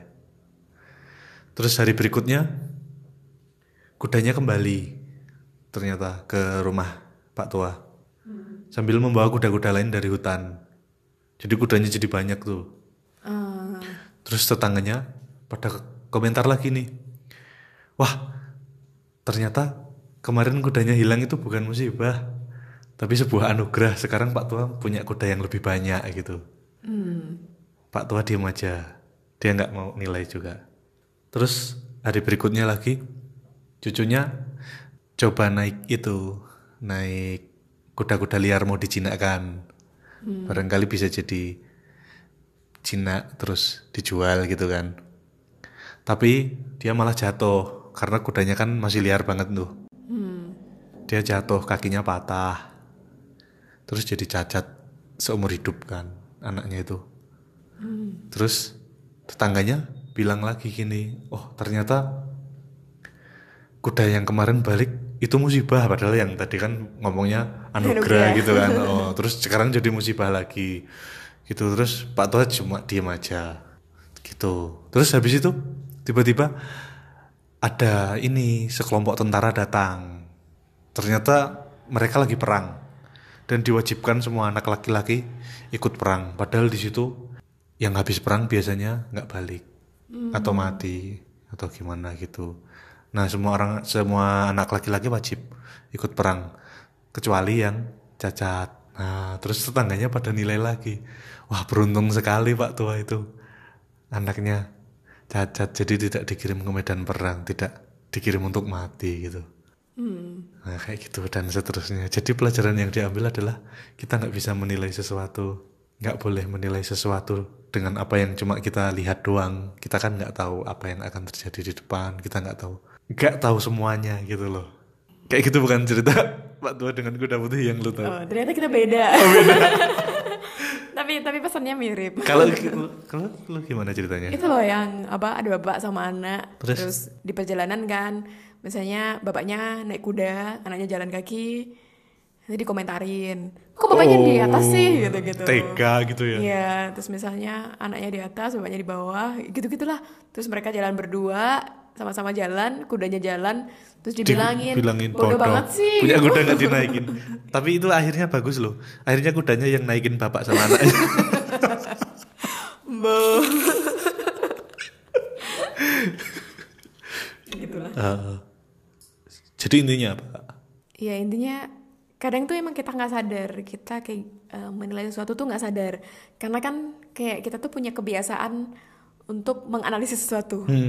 Terus hari berikutnya kudanya kembali ternyata ke rumah pak tua hmm. sambil membawa kuda-kuda lain dari hutan. Jadi kudanya jadi banyak tuh. Uh. Terus tetangganya pada komentar lagi nih, wah ternyata kemarin kudanya hilang itu bukan musibah, tapi sebuah anugerah. Sekarang pak tua punya kuda yang lebih banyak gitu. Hmm. Pak tua diam aja, dia nggak mau nilai juga. Terus hari berikutnya lagi cucunya coba naik itu, naik kuda-kuda liar mau dijinakkan. Hmm. Barangkali bisa jadi jinak terus dijual gitu kan. Tapi dia malah jatuh karena kudanya kan masih liar banget tuh. Hmm. Dia jatuh, kakinya patah. Terus jadi cacat seumur hidup kan anaknya itu. Hmm. Terus tetangganya bilang lagi gini, oh ternyata kuda yang kemarin balik itu musibah, padahal yang tadi kan ngomongnya anugerah Anugerah. gitu kan. Oh, terus sekarang jadi musibah lagi gitu. Terus Pak Tua cuma diem aja gitu. Terus habis itu tiba-tiba ada ini sekelompok tentara datang. Ternyata mereka lagi perang dan diwajibkan semua anak laki-laki ikut perang. Padahal di situ yang habis perang biasanya nggak balik atau mati atau gimana gitu. Nah, semua orang semua anak laki-laki wajib ikut perang kecuali yang cacat. Nah, terus tetangganya pada nilai lagi. Wah, beruntung sekali Pak Tua itu. Anaknya cacat jadi tidak dikirim ke medan perang, tidak dikirim untuk mati gitu. Nah, kayak gitu dan seterusnya. Jadi pelajaran yang diambil adalah kita nggak bisa menilai sesuatu, nggak boleh menilai sesuatu dengan apa yang cuma kita lihat doang. Kita kan nggak tahu apa yang akan terjadi di depan. Kita nggak tahu, nggak tahu semuanya gitu loh. Kayak gitu bukan cerita Pak Tua dengan kuda putih yang lu tahu. Oh, ternyata kita beda. tapi tapi pesannya mirip. Kalau kalau lu gimana ceritanya? Itu loh yang apa ada bapak sama anak Terus? terus, di perjalanan kan misalnya bapaknya naik kuda anaknya jalan kaki nanti dikomentarin kok bapaknya di atas sih gitu-gitu Tega gitu ya. iya terus misalnya anaknya di atas bapaknya di bawah gitu-gitulah terus mereka jalan berdua sama-sama jalan kudanya jalan terus dibilangin Bilangin bodoh banget sih punya kuda nggak dinaikin. Tapi itu akhirnya bagus loh, akhirnya kudanya yang naikin bapak sama anaknya. Bo. Gitulah. Uh, jadi intinya apa? Ya intinya kadang tuh emang kita nggak sadar kita kayak uh, menilai sesuatu tuh nggak sadar karena kan kayak kita tuh punya kebiasaan untuk menganalisis sesuatu. Hmm.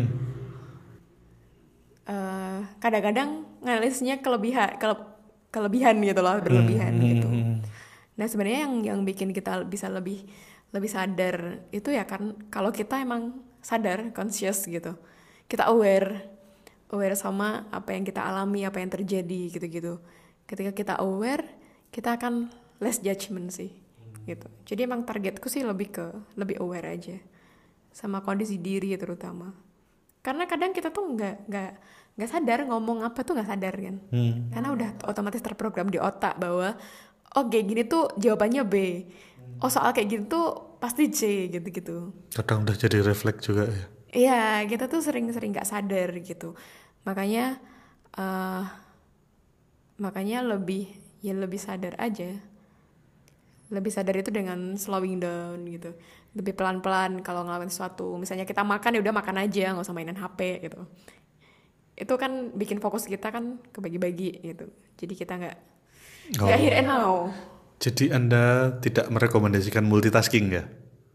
Uh, kadang-kadang nganalisisnya kelebihan kele- kelebihan gitu loh berlebihan Hmm. gitu. Nah sebenarnya yang yang bikin kita bisa lebih lebih sadar itu ya kan kalau kita emang sadar conscious gitu kita aware aware sama apa yang kita alami apa yang terjadi gitu-gitu. Ketika kita aware kita akan less judgment sih gitu. Jadi emang targetku sih lebih ke lebih aware aja sama kondisi diri terutama karena kadang kita tuh nggak nggak nggak sadar ngomong apa tuh nggak sadar kan Hmm. karena udah otomatis terprogram di otak bahwa oh kayak gini tuh jawabannya B oh soal kayak gini tuh pasti C gitu-gitu. Kadang udah jadi refleks juga ya. Iya, kita tuh sering-sering gak sadar gitu. Makanya, uh, makanya lebih, ya lebih sadar aja. Lebih sadar itu dengan slowing down gitu. Lebih pelan-pelan kalau ngelakuin sesuatu. Misalnya kita makan ya udah makan aja, nggak usah mainan H P gitu. Itu kan bikin fokus kita kan kebagi-bagi gitu. Jadi kita nggak nggak Oh. here and now. Jadi Anda tidak merekomendasikan multitasking ya?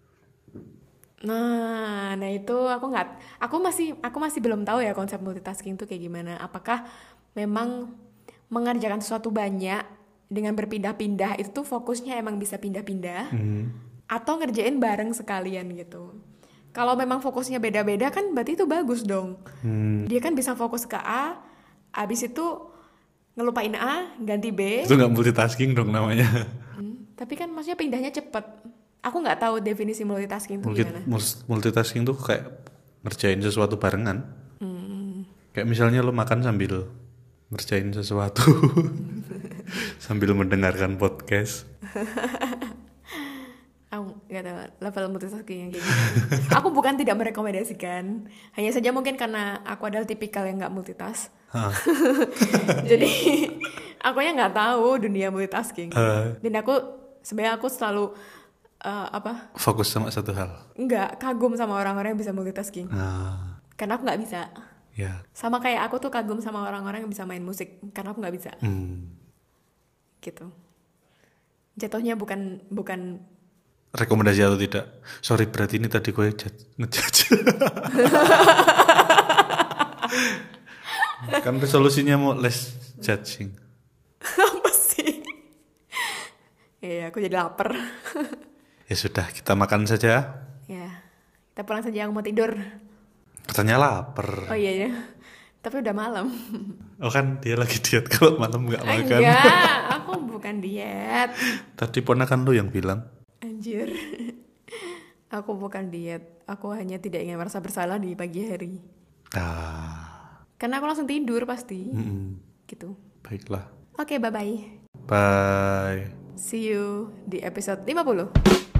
Nah, nah itu aku nggak, aku masih, aku masih belum tahu ya konsep multitasking itu kayak gimana. Apakah memang mengerjakan sesuatu banyak dengan berpindah-pindah itu tuh fokusnya emang bisa pindah-pindah, Hmm. atau ngerjain bareng sekalian gitu. Kalau memang fokusnya beda-beda kan berarti itu bagus dong. Hmm. Dia kan bisa fokus ke A, abis itu ngelupain A, ganti B. Itu nggak multitasking dong namanya. Hmm, tapi kan maksudnya pindahnya cepet. Aku nggak tahu definisi multitasking itu Multi- gimana. mus- multitasking tuh kayak ngerjain sesuatu barengan. Hmm. Kayak misalnya lo makan sambil ngerjain sesuatu. Sambil mendengarkan podcast. Aku nggak tahu level multitasking yang kayak gitu. Aku bukan tidak merekomendasikan, hanya saja mungkin karena aku adalah tipikal yang nggak multitask. Hah. Jadi akunya nggak tahu dunia multitasking. Eh. Dan aku sebenarnya aku selalu uh, apa? Fokus sama satu hal. Nggak kagum sama orang-orang yang bisa multitasking. Nah, Karena aku nggak bisa. ya. Sama kayak aku tuh kagum sama orang-orang yang bisa main musik. Karena aku nggak bisa. Hmm. Gitu. Jatuhnya bukan bukan Rekomendasi atau tidak? Sorry, berarti ini tadi gue judge- ngejudge. Kan resolusinya mau less judging. apa sih? Iya, aku jadi lapar. Ya sudah, kita makan saja. Ya, kita pulang saja, aku mau tidur. Katanya lapar. Oh iya ya, tapi udah malam. Oh kan dia lagi diet kalau malam nggak makan. Enggak, aku bukan diet. Tadi ponakan lu yang bilang. Anjir. Aku bukan diet, aku hanya tidak ingin merasa bersalah di pagi hari. Ah. Karena aku langsung tidur pasti. Mm-mm. gitu. Baiklah. Oke, bye-bye. Bye. See you di episode lima puluh.